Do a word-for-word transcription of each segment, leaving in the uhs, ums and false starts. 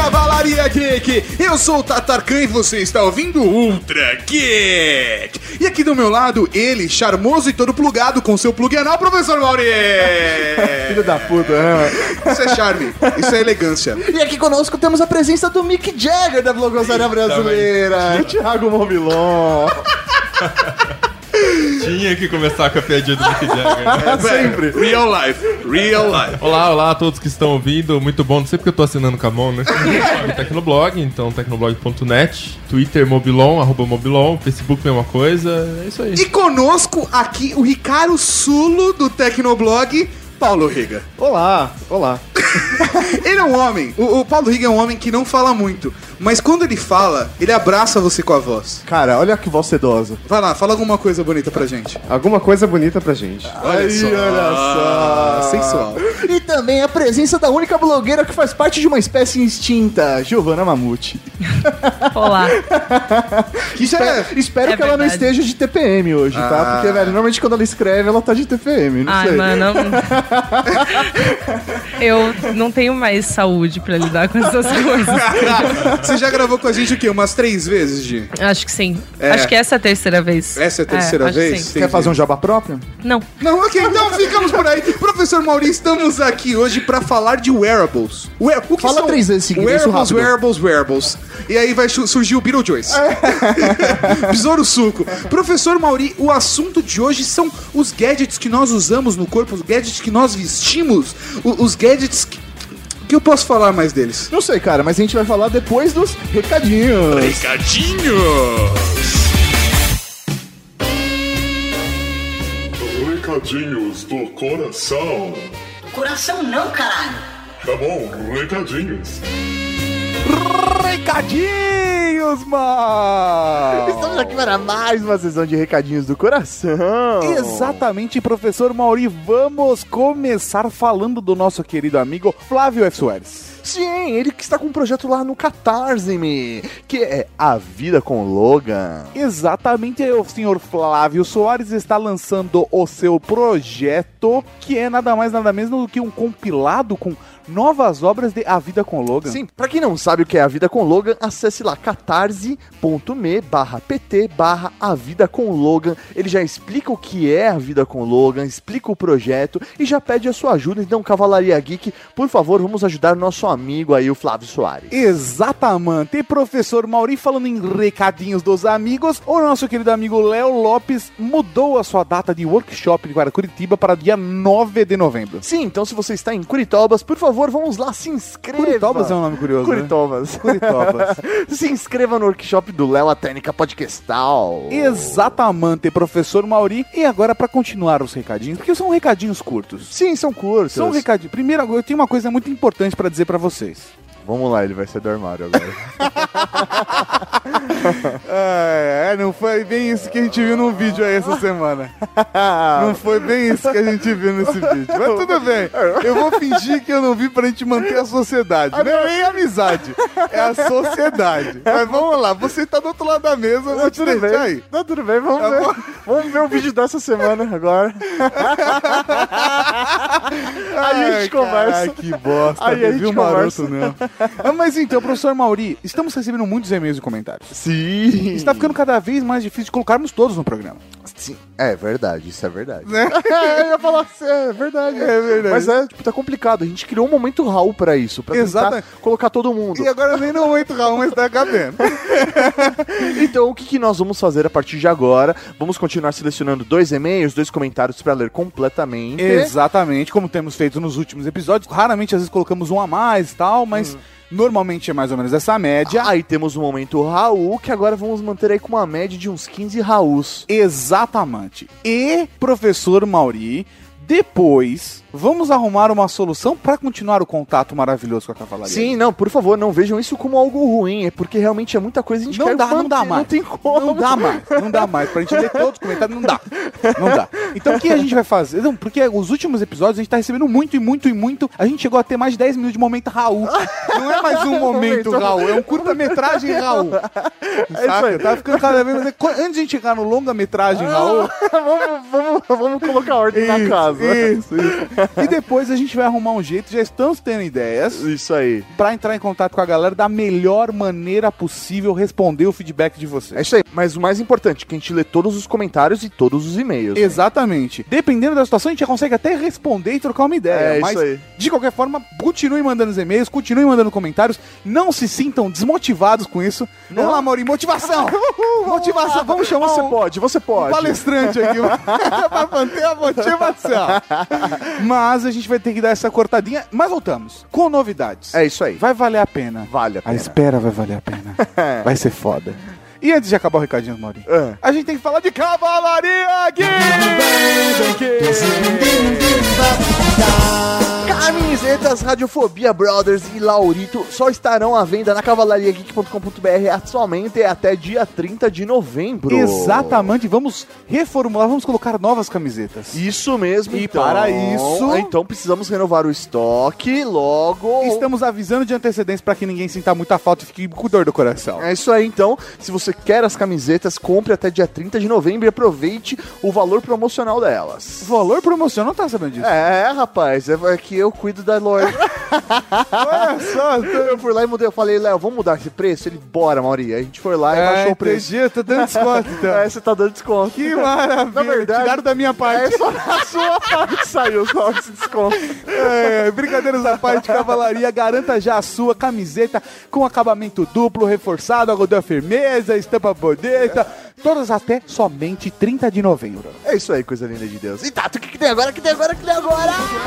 Cavalaria Geek! Eu sou o Tatarkan e você está ouvindo Ultra Geek! E aqui do meu lado, ele, charmoso e todo plugado com seu plug anal, professor Mauri! Filho da puta, né? Isso é charme, isso é elegância. E aqui conosco temos a presença do Mick Jagger da Blogosfera brasileira, Thiago Mobilon. Tinha que começar com a piadinha do Mick Jagger, né? Sempre. Real life, real life. Olá, olá a todos que estão ouvindo. Muito bom, não sei porque eu tô assinando com a mão, né? Tecnoblog, então tecnoblog ponto net, Twitter Mobilon, arroba Mobilon, Facebook mesma coisa, é isso aí. E conosco aqui o Ricardo Sulo do Tecnoblog, Paulo Riga. Olá, olá. Ele é um homem, o, o Paulo Riga é um homem que não fala muito, mas quando ele fala, ele abraça você com a voz. Cara, olha que voz sedosa. Vai lá, fala alguma coisa bonita pra gente. Alguma coisa bonita pra gente. Olha Aí, só. olha só. Sensual. E também a presença da única blogueira que faz parte de uma espécie extinta, Giovanna Mamute. Olá. Isso é... Espero É que ela não verdade. esteja de T P M hoje, Ah. tá? Porque, velho, normalmente quando ela escreve, ela tá de T P M, não Ai, sei. mano. Eu não tenho mais saúde pra lidar com essas coisas. Você já gravou com a gente o quê? Umas três vezes, Gi? Acho que sim. É. Acho que essa é a terceira vez. Essa é a terceira acho que vez? sim. Quer fazer um jabá próprio? Não. Não, ok, então ficamos por aí. Professor Mauri, estamos aqui hoje pra falar de wearables. Wear- o que Fala são três vezes seguidas, isso Wearables, rápido. wearables, wearables. E aí vai su- surgir o Beetlejuice. Besouro suco. Professor Mauri, o assunto de hoje são os gadgets que nós usamos no corpo, os gadgets que nós vestimos, o- os gadgets que... O que eu posso falar mais deles? Não sei, cara, mas a gente vai falar depois dos recadinhos. Recadinhos! Recadinhos do coração. Coração não, caralho. Tá bom, recadinhos. Recadinhos, mano! Estamos aqui para mais uma sessão de recadinhos do coração. Exatamente, professor Mauri, vamos começar falando do nosso querido amigo Flávio F. Soares. Sim, ele que está com um projeto lá no Catarse-me, que é A Vida com Logan. Exatamente, o senhor Flávio Soares está lançando o seu projeto, que é nada mais nada menos do que um compilado com novas obras de A Vida com Logan. Sim, pra quem não sabe o que é A Vida com Logan, acesse lá catarse.me barra pt barra A Vida com Logan. Ele já explica o que é A Vida com Logan, explica o projeto e já pede a sua ajuda. Então, Cavalaria Geek, por favor, vamos ajudar nosso amigo aí, o Flávio Soares. Exatamente, e professor Mauri, falando em recadinhos dos amigos, o nosso querido amigo Léo Lopes mudou a sua data de workshop para Curitiba para dia nove de novembro. Sim, então se você está em Curitobas, por favor, vamos lá, se inscreva. Curitobas é um nome curioso, né? Curitobas. Curitobas. Se inscreva no workshop do Léo, a técnica podcastal. Exatamente, professor Mauri. E agora, para continuar os recadinhos, porque são recadinhos curtos. Sim, são curtos. São recadinhos. Primeiro, eu tenho uma coisa muito importante para dizer para vocês. Vamos lá, ele vai sair do armário agora. É, não foi bem isso que a gente viu no vídeo aí essa semana. Não foi bem isso que a gente viu nesse vídeo. Mas tudo bem. Eu vou fingir que eu não vi pra gente manter a sociedade. Não é nem a amizade, é a sociedade. Mas vamos lá, você tá do outro lado da mesa, eu vou te tudo deixar bem. aí. Não, tudo bem, vamos Tá ver. bom? Vamos ver o vídeo dessa semana agora. Aí a gente conversa. Ai, que bosta. Aí a gente viu o conversa. maroto, não. Ah, mas então, professor Mauri, estamos recebendo muitos e-mails e comentários. Sim. Está ficando cada vez mais difícil de colocarmos todos no programa. Sim. É verdade, isso é verdade. É. Eu ia falar assim, é verdade. É verdade. Mas é, tipo, tá complicado. A gente criou um momento Raul pra isso, pra tentar Exatamente. colocar todo mundo. E agora nem no momento, Raul, mas tá cabendo. Então, o que, que nós vamos fazer a partir de agora? Vamos continuar selecionando dois e-mails, dois comentários pra ler completamente. Exatamente, como temos feito nos últimos episódios. Raramente, às vezes, colocamos um a mais e tal, mas normalmente é mais ou menos essa média. Aí temos o momento Raul, que agora vamos manter aí com uma média de uns quinze Rauls. Exatamente. E, professor Mauri, depois vamos arrumar uma solução para continuar o contato maravilhoso com a cavalaria. Sim, não, por favor, não vejam isso como algo ruim, é porque realmente é muita coisa, a gente Não quer dá, não manter, dá mais. Não tem como. Não dá mais, não dá mais. Pra gente ler todos os comentários, não dá. Não dá. Então o que a gente vai fazer? Não, porque os últimos episódios a gente tá recebendo muito e muito e muito. A gente chegou a ter mais de dez minutos de momento Raul. Não é mais um momento Raul, é um curta-metragem Raul. É isso aí. Tá ficando cada vez mais... Antes de a gente chegar no longa-metragem Raul... vamos, vamos vamos, vamos colocar ordem na casa. Isso, isso. E depois a gente vai arrumar um jeito, já estamos tendo ideias. Isso aí. Pra entrar em contato com a galera da melhor maneira possível, responder o feedback de vocês. É isso aí. Mas o mais importante, que a gente lê todos os comentários e todos os e-mails. Exatamente. Dependendo da situação, a gente já consegue até responder e trocar uma ideia. É mas, isso aí. de qualquer forma, continuem mandando os e-mails, continuem mandando comentários. Não se sintam desmotivados com isso. Não. Vamos lá, Mauri, motivação! Motivação, vamos chamar Você um, pode, você um pode. palestrante aqui pra manter a motivação. Mas a gente vai ter que dar essa cortadinha. Mas voltamos, com novidades. É isso aí. Vai valer a pena. Vale a A pena. espera vai valer a pena. Vai ser foda. E antes de acabar o recadinho, Mauri, É. a gente tem que falar de Cavalaria Geek! Camisetas Radiofobia Brothers e Laurito só estarão à venda na cavalaria geek ponto com ponto b r atualmente até dia trinta de novembro. Exatamente, vamos reformular, vamos colocar novas camisetas. Isso mesmo. E então. para isso- Então precisamos renovar o estoque logo. Estamos avisando de antecedência para que ninguém sinta muita falta e fique com dor do coração. É isso aí, então. Se você quer as camisetas, compre até dia trinta de novembro e aproveite o valor promocional delas. O valor promocional, não tá sabendo disso? É, rapaz, é que eu cuido da loja. Olha só, Eu fui lá e mudei, eu falei, Léo, vamos mudar esse preço? Ele, bora, Mauri. Aí a gente foi lá e baixou o preço. entendi, eu tô dando desconto, então. É, você tá dando desconto. Que maravilha. Na verdade- Tiraram da minha É parte. só na sua parte saiu só esse desconto. É, brincadeiras à parte, Cavalaria, garanta já a sua camiseta com acabamento duplo, reforçado, algodão firmeza, estampa bonita, todas até somente trinta de novembro. É isso aí, coisa linda de Deus. E Tato, o que, que tem agora? O que tem agora? O que tem agora?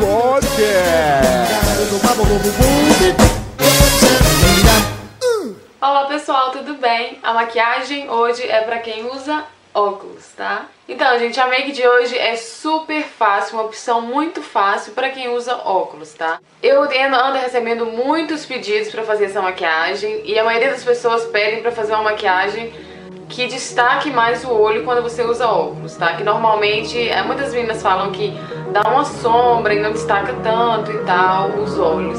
Olá pessoal, tudo bem? A maquiagem hoje é pra quem usa óculos, tá? Então, gente, a make de hoje é super fácil, uma opção muito fácil pra quem usa óculos, tá? Eu ando recebendo muitos pedidos pra fazer essa maquiagem e a maioria das pessoas pedem pra fazer uma maquiagem que destaque mais o olho quando você usa óculos, tá? Que normalmente, é, muitas meninas falam que dá uma sombra e não destaca tanto e tal os olhos.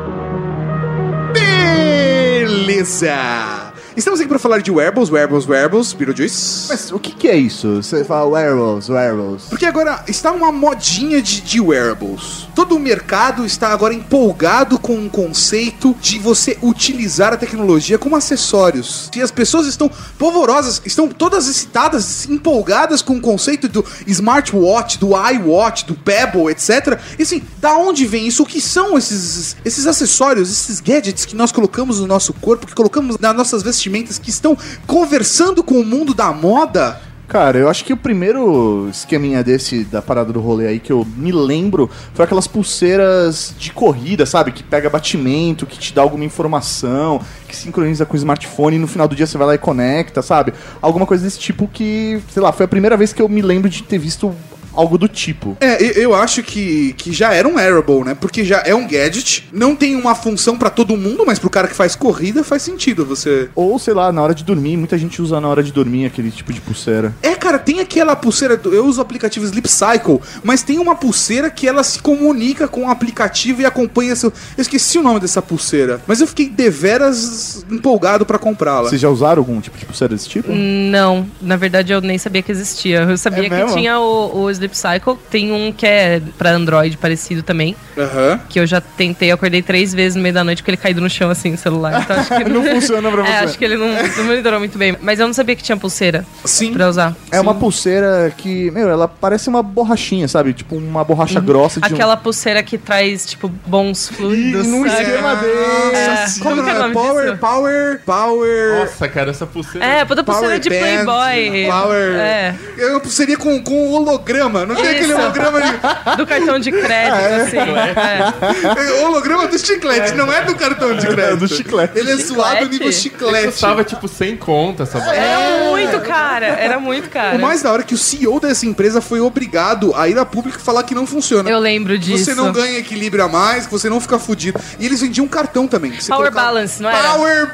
Beleza! Estamos aqui para falar de wearables, wearables, wearables, Beetlejuice. Mas o que, que é isso? Você fala wearables, wearables. Porque agora está uma modinha de, de wearables. Todo o mercado está agora empolgado com um conceito de você utilizar a tecnologia como acessórios. E as pessoas estão polvorosas, estão todas excitadas, empolgadas com o conceito do smartwatch, do iWatch, do Pebble, etcétera. E assim, da onde vem isso? O que são esses, esses acessórios, esses gadgets que nós colocamos no nosso corpo, que colocamos nas nossas vestimentas, que estão conversando com o mundo da moda? Cara, eu acho que o primeiro esqueminha desse, da parada do rolê aí, que eu me lembro, foi aquelas pulseiras de corrida, sabe? Que pega batimento, que te dá alguma informação, que sincroniza com o smartphone e no final do dia você vai lá e conecta, sabe? Alguma coisa desse tipo que, sei lá, foi a primeira vez que eu me lembro de ter visto algo do tipo. É, eu, eu acho que, que já era um wearable, né? Porque já é um gadget, não tem uma função pra todo mundo, mas pro cara que faz corrida faz sentido você... Ou, sei lá, na hora de dormir, muita gente usa na hora de dormir aquele tipo de pulseira. É, cara, tem aquela pulseira, do- eu uso o aplicativo Sleep Cycle, mas tem uma pulseira que ela se comunica com o aplicativo e acompanha seu... Eu esqueci o nome dessa pulseira, mas eu fiquei deveras empolgado pra comprá-la. Vocês já usaram algum tipo de pulseira desse tipo? Não, na verdade eu nem sabia que existia. Eu sabia É que mesmo? tinha o, o Sleep Cycle, tem um que é pra Android parecido também, Aham. que eu já tentei, eu acordei três vezes no meio da noite com ele caído no chão assim, o celular. Então acho que Não funciona pra É, você. acho que ele não, não monitorou muito bem. Mas eu não sabia que tinha pulseira Sim. pra usar. É uma pulseira que, meu, ela parece uma borrachinha, sabe? Tipo uma borracha grossa de um... Aquela pulseira que traz, tipo, bons fluidos. E no sabe? esquema dele. É, como que é o nome Power, disso? Power, Power... Nossa, cara, essa pulseira... É, puta pulseira Power de Band, Playboy. Power... É, É uma pulseirinha com, com holograma, não tem Isso. aquele holograma de... do cartão de crédito, assim. É. É holograma do chiclete, não é do cartão de crédito. É do chiclete. Ele é suado nível Ele chiclete. custava, tipo, sem conta essa barra. Era muito cara, era muito cara. O mais da hora é que o C E O dessa empresa foi obrigado a ir a público e falar que não funciona. Eu lembro Que disso. você não ganha equilíbrio a mais, que você não fica fudido. E eles vendiam um cartão também. que você Power colocava- Balance, não era? Power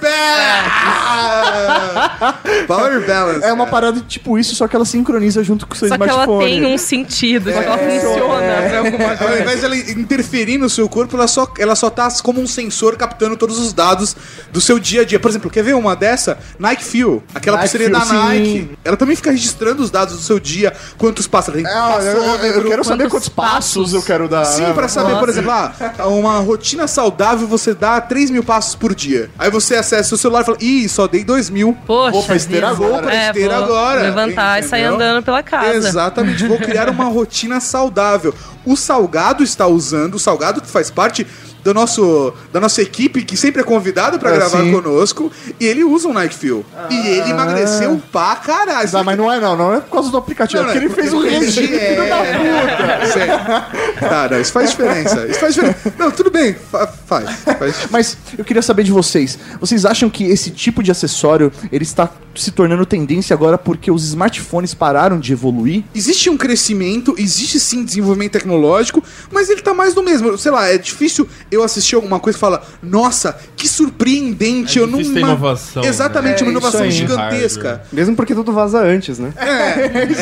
Balance! Power Balance. É uma cara. parada tipo isso, só que ela sincroniza junto com o seu Só que ela smartphone. tem um sentido, tipo, ela funciona pra alguma Ao coisa. invés de ela interferir no seu corpo, ela só, ela só tá como um sensor captando todos os dados do seu dia a dia. Por exemplo, quer ver uma dessa? Nike Fuel, aquela Nike pulseirinha da Fuel, Nike. sim. Ela também fica registrando os dados do seu dia, quantos passos ela tem. Ah, eu, eu- eu quero saber Quantos quantos passos eu quero dar. Sim, pra saber, por exemplo, ah, uma rotina saudável você dá três mil passos por dia. Aí você acessa o celular e fala, ih, só dei dois mil. Poxa, Vou pra esteira vida. agora. Vou pra É, esteira vou agora. levantar e sair Entendeu? andando pela casa. Exatamente, vou criar uma rotina saudável. O Salgado está usando, o Salgado que faz parte do nosso, da nossa equipe, que sempre é convidado pra É, gravar sim. conosco, e ele usa o Nike Fuel. E ele emagreceu pra caralho. Ah, mas não é não, não é por causa do aplicativo, Não, é porque não, ele fez um porque- regime, é, filho da puta. Sério. Cara, isso faz diferença. Isso faz diferença. Não, tudo bem, fa- faz. faz. Mas eu queria saber de vocês. Vocês acham que esse tipo de acessório ele está se tornando tendência agora porque os smartphones pararam de evoluir? Existe um crescimento, existe sim desenvolvimento tecnológico, mas ele tá mais do mesmo. Sei lá, é difícil eu assistir alguma coisa e falar, nossa, que surpreendente. É eu não difícil ter ima- inovação, Exatamente, né? uma É, inovação isso aí. gigantesca. Mesmo porque tudo vaza antes, né? É, isso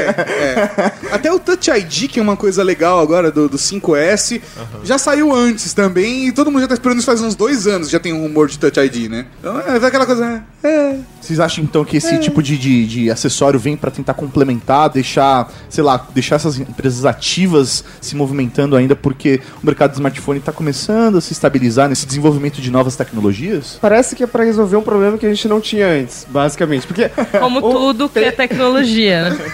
aí. Até o Touch I D, que é uma coisa legal agora do, do cinco S, já saiu antes também, e todo mundo já tá esperando isso faz uns dois anos, já tem um rumor de Touch I D, né? Então é aquela coisa. É. Vocês acham então que esse tipo de, de, de acessório vem pra tentar complementar, deixar, sei lá, deixar essas empresas ativas se movimentando ainda porque o mercado de smartphone tá começando a se estabilizar nesse desenvolvimento de novas tecnologias? Parece que é pra resolver um problema que a gente não tinha antes, basicamente. Porque Como o- tudo que é tecnologia, né?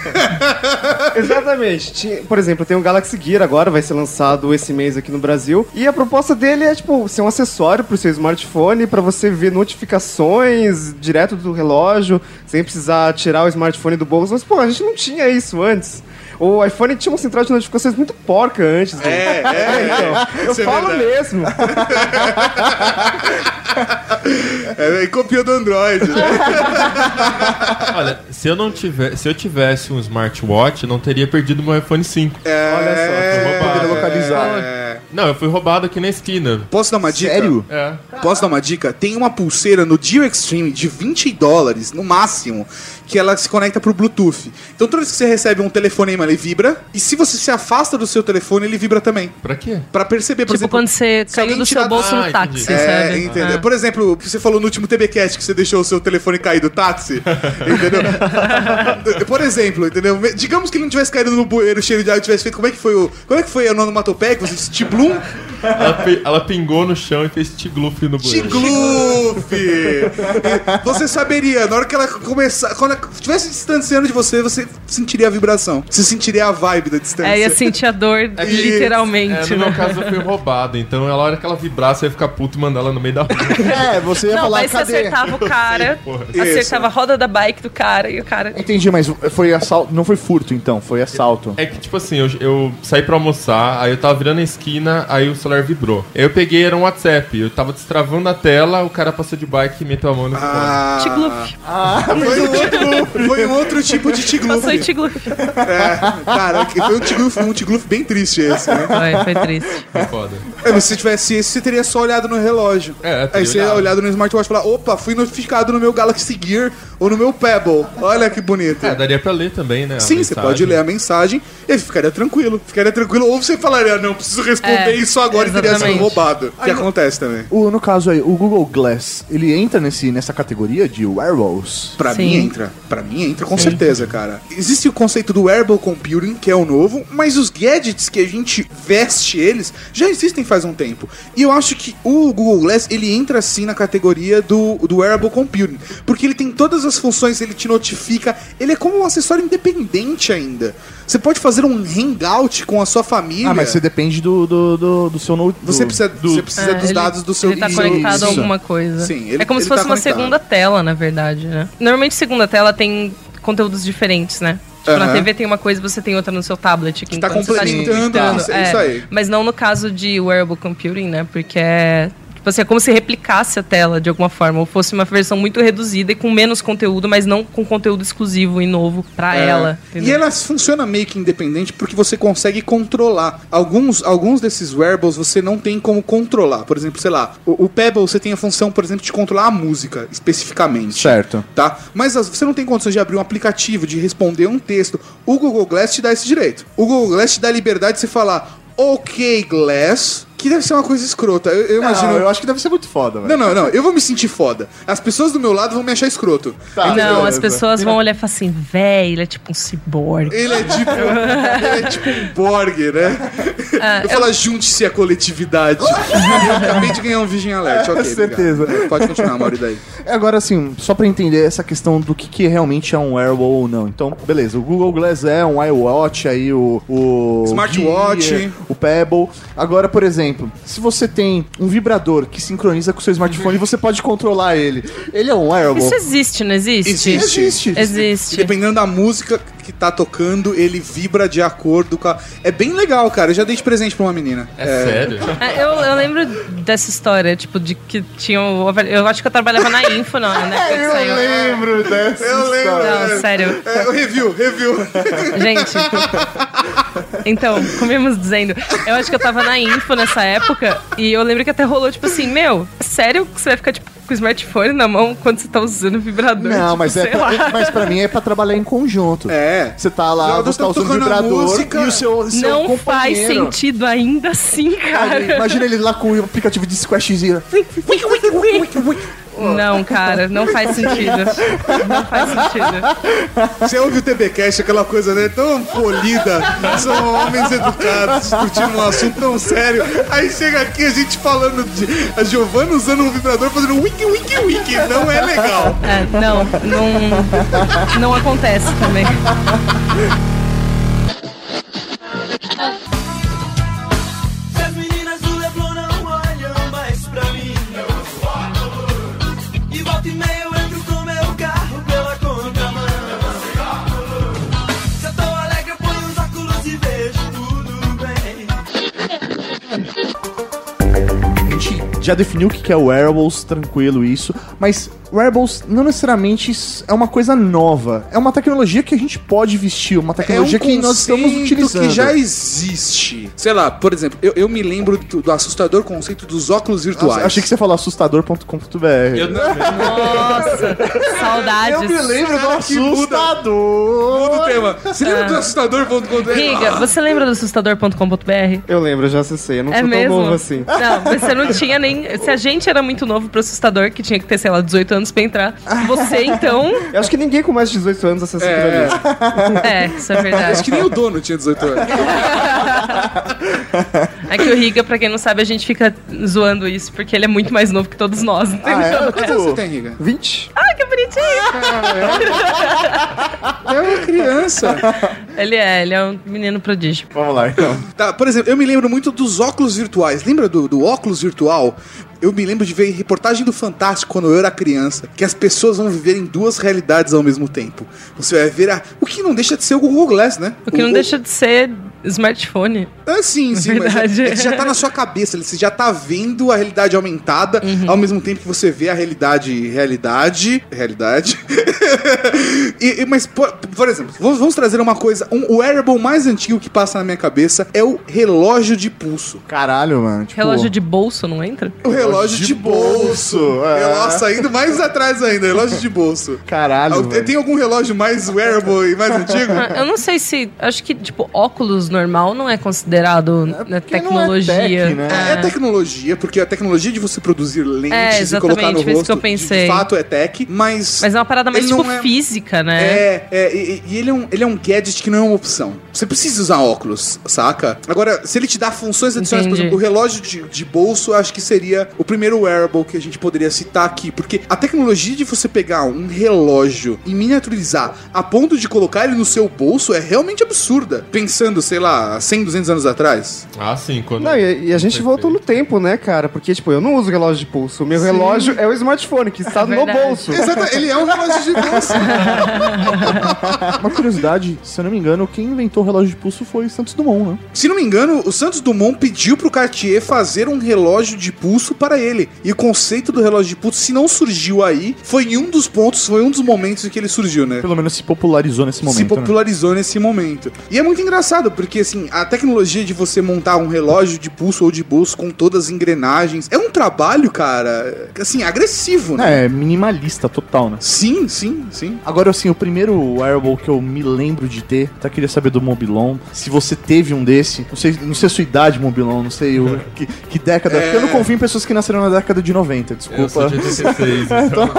Exatamente. Tinha- por exemplo, tem o Galaxy Gear agora, vai ser lançado esse mês aqui no Brasil. E a proposta dele é, tipo, ser um acessório pro seu smartphone pra você ver notificações direto do relógio, sem precisar tirar o smartphone do bolso. Mas, pô, a gente não tinha isso antes. O iPhone tinha uma central de notificações muito porca antes. Né? É, é, então, eu isso é falo verdade. mesmo. É, e copiou do Android. Né? Olha, se eu não tivesse, se eu tivesse um smartwatch, eu não teria perdido meu iPhone cinco. É, Olha só, foi roubado. Poderia localizar. é. Não, eu fui roubado aqui na esquina. Posso dar uma dica? Sério? É. Posso dar uma dica? Tem uma pulseira no Deal Extreme de vinte dólares, no máximo, que ela se conecta pro Bluetooth. Então toda vez que você recebe um telefonema, ele vibra. E se você se afasta do seu telefone, ele vibra também. Pra quê? Pra perceber, por Tipo exemplo... quando você se caiu alguém do tirar- seu bolso Ah, no táxi, entendi. É, sabe? entendeu? É. Por exemplo, o que você falou no último T B Cast, que você deixou o seu telefone cair do táxi, entendeu? Por exemplo, entendeu? Digamos que ele não tivesse caído no bueiro cheio de água e tivesse feito... Como é que foi o... Como é que foi a onomatopeia que você disse? Tiblum? Ela, pe- ela pingou no chão e fez tigluff no bueiro. Tigluff! Você saberia, na hora que ela começar... Quando ela estivesse distanciando de você, você sentiria a vibração. Você sentiria a vibe da distância. É, ia sentir a dor É que- literalmente, É, no né? meu caso, eu fui roubado. Então, na hora que ela vibrasse, eu ia ficar puto e mandar ela no meio da rua. É, você ia Não, falar, mas você cadê? acertava o cara, porra. acertava a roda da bike do cara e o cara... Entendi, mas foi assalto, não foi furto então, foi assalto. É que, tipo assim, eu, eu saí pra almoçar, aí eu tava virando a esquina, aí o celular vibrou. Aí eu peguei, era um WhatsApp. Eu tava destravando a tela, o cara passou de bike e meteu a mão no telefone. Ah, Tigluff. foi, um outro, foi um outro tipo de tigluff. Passou em Tigluff. É, cara, que foi um tigluff, um tigluff bem triste esse, né? Foi, foi triste. Foi foda. É, mas se tivesse esse, você teria só olhado no relógio. É, teria Aí você ia olhado. olhado no smartwatch e falar, opa, fui notificado no meu Galaxy Gear ou no meu Pebble. Olha que bonito. É, daria pra ler também, né? a Sim, você mensagem. pode ler a mensagem e aí ficaria tranquilo. Ficaria tranquilo. Ou você falaria, não, preciso responder É, isso agora e teria sido exatamente. roubado. Que acontece também. O, no caso aí, o Google Glass, ele entra nesse, nessa categoria de wearables? Pra Sim. mim entra. Pra mim entra com certeza, cara. Existe o conceito do wearable computing, que é o novo, mas os gadgets que a gente veste eles já existem faz um tempo. E eu acho que o Google Glass, ele entra sim na categoria do, do wearable computing, porque ele tem todas as funções, ele te notifica, ele é como um acessório independente ainda. Você pode fazer um hangout com a sua família. Ah, mas você depende do, do, do, do seu note. Você do- precisa, do- você precisa É, dos ele- dados do seu Ele tá do conectado seu- a alguma coisa. Sim, ele- é como ele se fosse tá uma conectado. segunda tela, na verdade, né? Normalmente segunda tela tem conteúdos diferentes, né? Tipo, Aham. na T V tem uma coisa e você tem outra no seu tablet. Que tá enquanto você complementando, digitando, isso- isso aí. Mas não no caso de wearable computing, né? Porque é... Tipo Tipo assim, é como se replicasse a tela de alguma forma, ou fosse uma versão muito reduzida e com menos conteúdo, mas não com conteúdo exclusivo e novo pra É. ela. E ela funciona meio que independente porque você consegue controlar. Alguns, alguns desses wearables você não tem como controlar. Por exemplo, sei lá, o, o Pebble você tem a função, por exemplo, de controlar a música, especificamente. Certo. Tá? Mas as- você não tem condições de abrir um aplicativo, de responder um texto. O Google Glass te dá esse direito. O Google Glass te dá a liberdade de você falar, ok, Glass, que deve ser uma coisa escrota. Eu, eu imagino... Não, eu acho que deve ser muito foda, velho. Não, não, não. Eu vou me sentir foda. As pessoas do meu lado vão me achar escroto. Tá, Não, beleza. as pessoas vão olhar e falar assim, véi, ele é tipo um ciborgue. Ele é tipo, ele é tipo um Borg, né? Ah, eu falo, junte-se à coletividade. Eu acabei de ganhar um Vision Alert. Ok, Certeza. obrigado. Pode continuar, Mauri, daí. Agora, assim, só pra entender essa questão do que, que realmente é um wearable ou não. Então, beleza, o Google Glass é um iWatch, aí o... o Smartwatch. Gear, o Pebble. Agora, por exemplo, se você tem um vibrador que sincroniza com o seu smartphone, você pode controlar ele. Ele é um wearable? Isso existe, não existe? Existe. Existe. E Existe. dependendo da música que tá tocando, ele vibra de acordo com a... É bem legal, cara. Eu já dei de presente pra uma menina. É, sério? É, Eu, eu lembro dessa história, tipo, de que tinha o over- Eu acho que eu trabalhava na Info, não, né? Que Eu saiu. lembro dessa Eu lembro. história. Não, sério. É, o review, review. Gente. Então, como íamos dizendo, eu acho que eu tava na Info nessa época e eu lembro que até rolou, tipo assim, meu, sério que você vai ficar, tipo, com o smartphone na mão quando você tá usando o vibrador? Não, tipo, mas, é sei pra, lá. é- mas pra mim é pra trabalhar em conjunto. É. Você tá lá, Jogador você tá tá usando o tocando a vibrador música. e o seu, seu Não faz companheiro. sentido ainda assim, cara. Imagina ele lá com o aplicativo de Squashzinho. Não, cara, não faz sentido. Não faz sentido. Você ouve o T B Cast, aquela coisa, né, tão polida, são homens educados discutindo um assunto tão sério. Aí chega aqui a gente falando de a Giovanna usando um vibrador fazendo wiki, wiki, wiki. Não é legal. É, não, não, não acontece também. As meninas do Leblon não olham mais pra mim. E volta e meia eu entro com meu carro pela contramão. Se eu tô alegre eu ponho os óculos e vejo tudo bem. A gente já definiu o que é wearables, tranquilo isso, mas wearables não necessariamente é uma coisa nova. É uma tecnologia que a gente pode vestir, uma tecnologia é um que nós estamos conceito utilizando. que já existe. Sei lá, por exemplo, eu, eu me lembro do, do assustador conceito dos óculos virtuais. Nossa, achei que você falou assustador ponto com ponto b r. Eu também. Nossa, saudades. Eu me lembro do Cara, que muda. assustador. Muda o tema. Você lembra do assustador ponto com ponto b r? Riga, você lembra do assustador ponto com ponto b r? Eu lembro, eu já acessei. Eu não É sou mesmo? tão novo assim. Não, mas você não tinha nem... Se a gente era muito novo pro assustador, que tinha que ter, sei lá, dezoito anos pra entrar, você, então... Eu acho que ninguém com mais de dezoito anos acessa É. aquilo ali. É, isso é verdade. Acho que nem o dono tinha dezoito anos. É que o Riga, pra quem não sabe, a gente fica zoando isso, porque ele é muito mais novo que todos nós, entendeu? Ah, é? Quantos anos você tem, Riga? vinte? Ai, que bonitinho! É uma criança. Ele é, ele é um menino prodígio. Vamos lá, então. Tá, por exemplo, eu me lembro muito dos óculos virtuais. Lembra do, do óculos virtual? Eu me lembro de ver reportagem do Fantástico quando eu era criança, que as pessoas vão viver em duas realidades ao mesmo tempo. Você vai ver a... o que não deixa de ser o Google Glass, né? O que não deixa de ser smartphone. Ah, sim, sim, mas já, Verdade. é que já tá na sua cabeça, você já tá vendo a realidade aumentada, Uhum. ao mesmo tempo que você vê a realidade, realidade, realidade. e, e- mas, por, por exemplo, vamos, vamos trazer uma coisa, um, o wearable mais antigo que passa na minha cabeça é o relógio de pulso. Caralho, mano. Tipo, Relógio de bolso, não entra? O relógio de, de bolso. bolso, é. Nossa, indo mais atrás ainda, relógio de bolso. Caralho, Ah, mano. tem algum relógio mais wearable e mais antigo? Ah, Eu não sei se... Acho que, tipo, óculos normal não é considerado né, porque não é tecnologia. tech, né? É tecnologia, porque a tecnologia de você produzir lentes É, e colocar no exatamente, foi isso rosto, que eu de- pensei. De, fato é tech, mas... Mas é uma parada mais, Ele tipo, não é- física, né? É, é, e, e ele é, um, ele é um gadget que não é uma opção. Você precisa usar óculos, saca? Agora, se ele te dá funções adicionais, por Entendi. exemplo, o relógio de, de bolso, eu acho que seria o primeiro wearable que a gente poderia citar aqui. Porque a tecnologia de você pegar um relógio e miniaturizar a ponto de colocar ele no seu bolso é realmente absurda. Pensando, sei lá, cem, duzentos anos atrás. Ah, sim, quando... Não, e, e a gente voltou no tempo, né, cara? Porque, tipo, eu não uso relógio de pulso. O meu relógio é o smartphone, que está no verdade. bolso. Exato, ele é um relógio de bolso. Uma curiosidade, se eu não me engano, engano, quem inventou o relógio de pulso foi Santos Dumont, né? Se não me engano, o Santos Dumont pediu pro Cartier fazer um relógio de pulso para ele. E o conceito do relógio de pulso, se não surgiu aí, foi em um dos pontos, foi um dos momentos em que ele surgiu, né? Pelo menos se popularizou nesse momento. Se popularizou, né? Nesse momento. E é muito engraçado, porque assim, a tecnologia de você montar um relógio de pulso ou de bolso com todas as engrenagens é um trabalho, cara, assim, agressivo, né? É, minimalista total, né? Sim, sim, sim. Agora, assim, o primeiro wearable que eu me lembro de ter, até queria saber do Mobilon, se você teve um desse, não sei, não sei a sua idade, Mobilon, não sei o, que, que década, É. porque eu não confio em pessoas que nasceram na década de noventa, desculpa. Eu sou de oitenta e seis, então.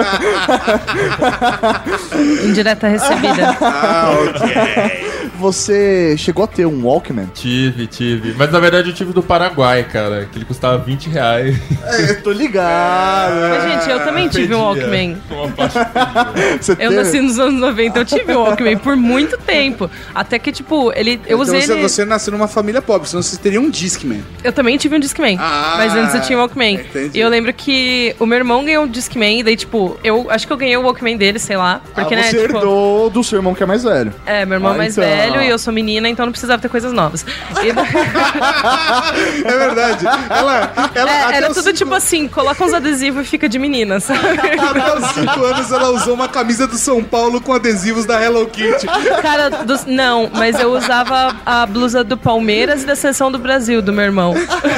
Indireta recebida. Ah, ok. Você chegou a ter um Walkman? Tive, tive. Mas na verdade eu tive do Paraguai, cara, que ele custava vinte reais. É, tô ligado. Mas, gente, eu também tive um Walkman. Uma faixa. Você Eu teve? nasci nos anos noventa, eu tive um Walkman por muito tempo. Até que, tipo, ele, eu Então usei você, ele... você nasceu numa família pobre, senão você teria um Discman. Eu também tive um Discman, Ah, mas antes eu tinha um Walkman. entendi. E eu lembro que o meu irmão ganhou um Discman, e daí, tipo, eu acho que eu ganhei o Walkman dele, sei lá. Porque, ah, né, você tipo... herdou do seu irmão que é mais velho. É, meu irmão Ah, mais então. velho e eu sou menina, então não precisava ter coisas novas. E- É verdade. Ela, ela É, até era os tudo cinco- tipo assim, coloca uns adesivos e fica de menina, sabe? Até os cinco anos ela usou uma camisa do São Paulo com adesivos da Hello Kitty. Cara, dos- não, mas eu usava a blusa do Palmeiras e da Seleção do Brasil, do meu irmão.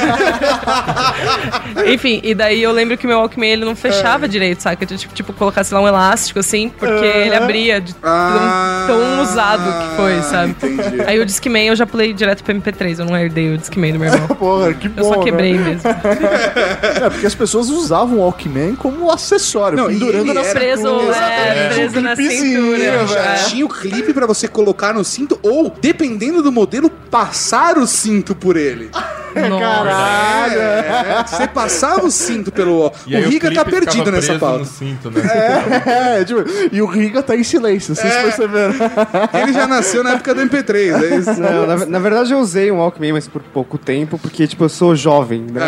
Enfim, e daí eu lembro que meu Walkman ele não fechava direito, sabe? Eu tinha tipo, tipo colocar, sei lá, um elástico assim, porque ele abria de Ah, tão, tão usado que foi, sabe? entendi. Aí o Discman eu já pulei direto pro M P três, eu não herdei o Discman do meu irmão. Porra, que bom, Eu só quebrei né? mesmo. É, porque as pessoas usavam o Walkman como acessório, Não, e pendurando ele na era Preso, cintura. é, preso na clipezinho, cintura. velho. É. Tinha o clipe pra você colocar no cinto ou, dependendo do modelo, passar o cinto por ele. Caralho. É, você passava o cinto pelo... E aí O Riga tá clipe perdido ficava nessa preso pauta. no cinto, né? É, tipo, e o Riga tá em silêncio, vocês É. perceberam? Ele já nasceu na época do M P três, é isso? Não, na, na verdade eu usei um Walkman, mas por pouco tempo, porque, tipo, eu sou jovem, né?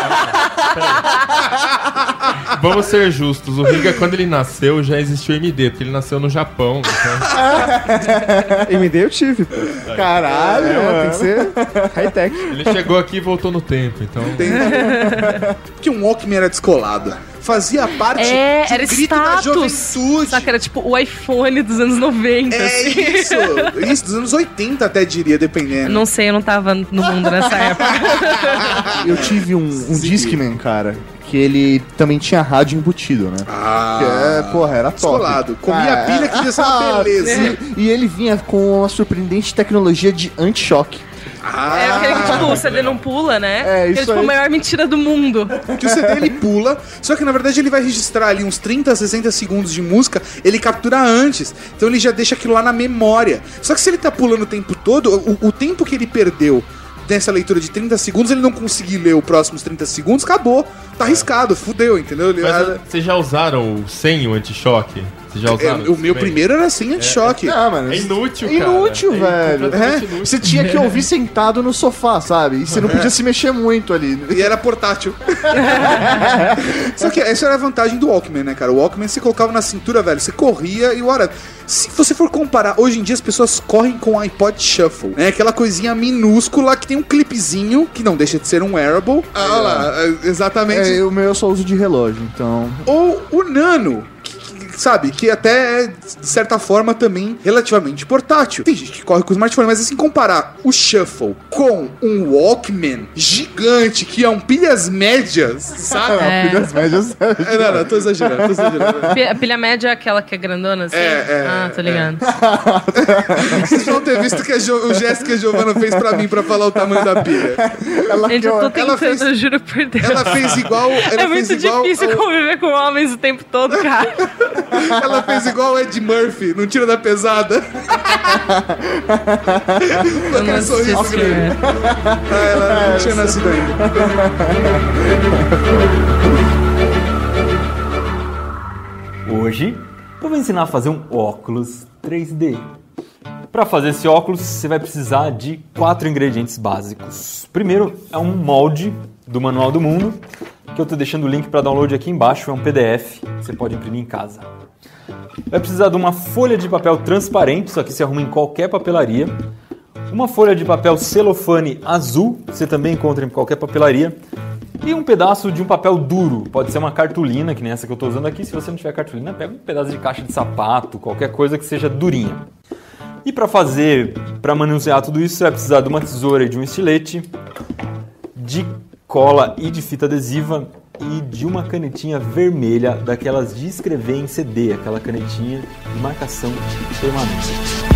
Vamos ser justos, o Riga, quando ele nasceu, já existiu M D, porque ele nasceu no Japão. Então M D eu tive, pô. Caralho, É, mano. tem que ser high-tech. ele chegou aqui e voltou no tempo, então... Porque um Walkman era descolado. Fazia parte É, de um era grito da status. juventude. Saca, era tipo o iPhone dos anos noventa, É assim. isso. Isso, dos anos oitenta até diria, dependendo. Não sei, eu não tava no mundo nessa época. Eu tive um, um Discman, cara, que ele também tinha rádio embutido, né? Ah. Que é, porra, era top. Descolado. Comia É. pilha que devia ser uma beleza. E, e ele vinha com a surpreendente tecnologia de anti-choque. Ah. É aquele que, tipo, o C D não pula, né? É, que isso é, tipo, aí. a maior mentira do mundo. Que o C D ele pula, só que na verdade ele vai registrar ali uns trinta, sessenta segundos de música, ele captura antes. Então ele já deixa aquilo lá na memória. Só que se ele tá pulando o tempo todo, o, o tempo que ele perdeu nessa leitura de trinta segundos, ele não conseguir ler os próximos trinta segundos, acabou. Tá arriscado, fudeu, entendeu? Ele- Mas ah, vocês já usaram o sem o anti-choque? Vocês já é, usaram? o meu Bem, primeiro era sem anti-choque. Ah, mano. É inútil, cara. Inútil, É velho. completamente É, inútil. você tinha que ouvir sentado no sofá, sabe? E você não podia se mexer muito ali. E era portátil. Só que essa era a vantagem do Walkman, né, cara? O Walkman você colocava na cintura, velho, você corria e ora. Se você for comparar, hoje em dia as pessoas correm com o iPod Shuffle, né? Aquela coisinha minúscula que tem um clipezinho, que não deixa de ser um wearable. Ah, olha lá, exatamente. É, o meu eu só uso de relógio, então. Ou o Nano, que, que, sabe, que até é, de certa forma, também relativamente portátil. Tem gente que corre com o smartphone, mas assim, comparar o Shuffle com um Walkman gigante, que é um pilhas médias, sabe? É. Pilhas médias. É, não, não, tô exagerando, tô exagerando. Pi- A pilha média é aquela que é grandona, assim? É, é, Ah, tô ligado. Vocês vão ter visto que a jo- o gesto que a Giovana fez pra mim pra falar o tamanho da pilha. Ela Gente, eu tô Ela tentando, fez- eu juro por Deus. Ela fez igual. Ela É fez muito igual difícil ao- conviver com homens o tempo todo, cara. Ela fez igual o Ed Murphy, não tira da pesada. Com aquele Nossa sorriso grande. Senhora. Ah, ela não tinha nascido ainda. Hoje eu vou ensinar a fazer um óculos três D. Para fazer esse óculos você vai precisar de quatro ingredientes básicos. Primeiro é um molde do Manual do Mundo, que eu estou deixando o link para download aqui embaixo, é um P D F, você pode imprimir em casa. Vai precisar de uma folha de papel transparente, isso aqui se arruma em qualquer papelaria. Uma folha de papel celofane azul, você também encontra em qualquer papelaria. E um pedaço de um papel duro, pode ser uma cartolina, que nem essa que eu estou usando aqui. Se você não tiver cartolina, pega um pedaço de caixa de sapato, qualquer coisa que seja durinha. E para fazer, para manusear tudo isso, você vai precisar de uma tesoura e de um estilete, de cola e de fita adesiva e de uma canetinha vermelha, daquelas de escrever em C D, aquela canetinha de marcação permanente.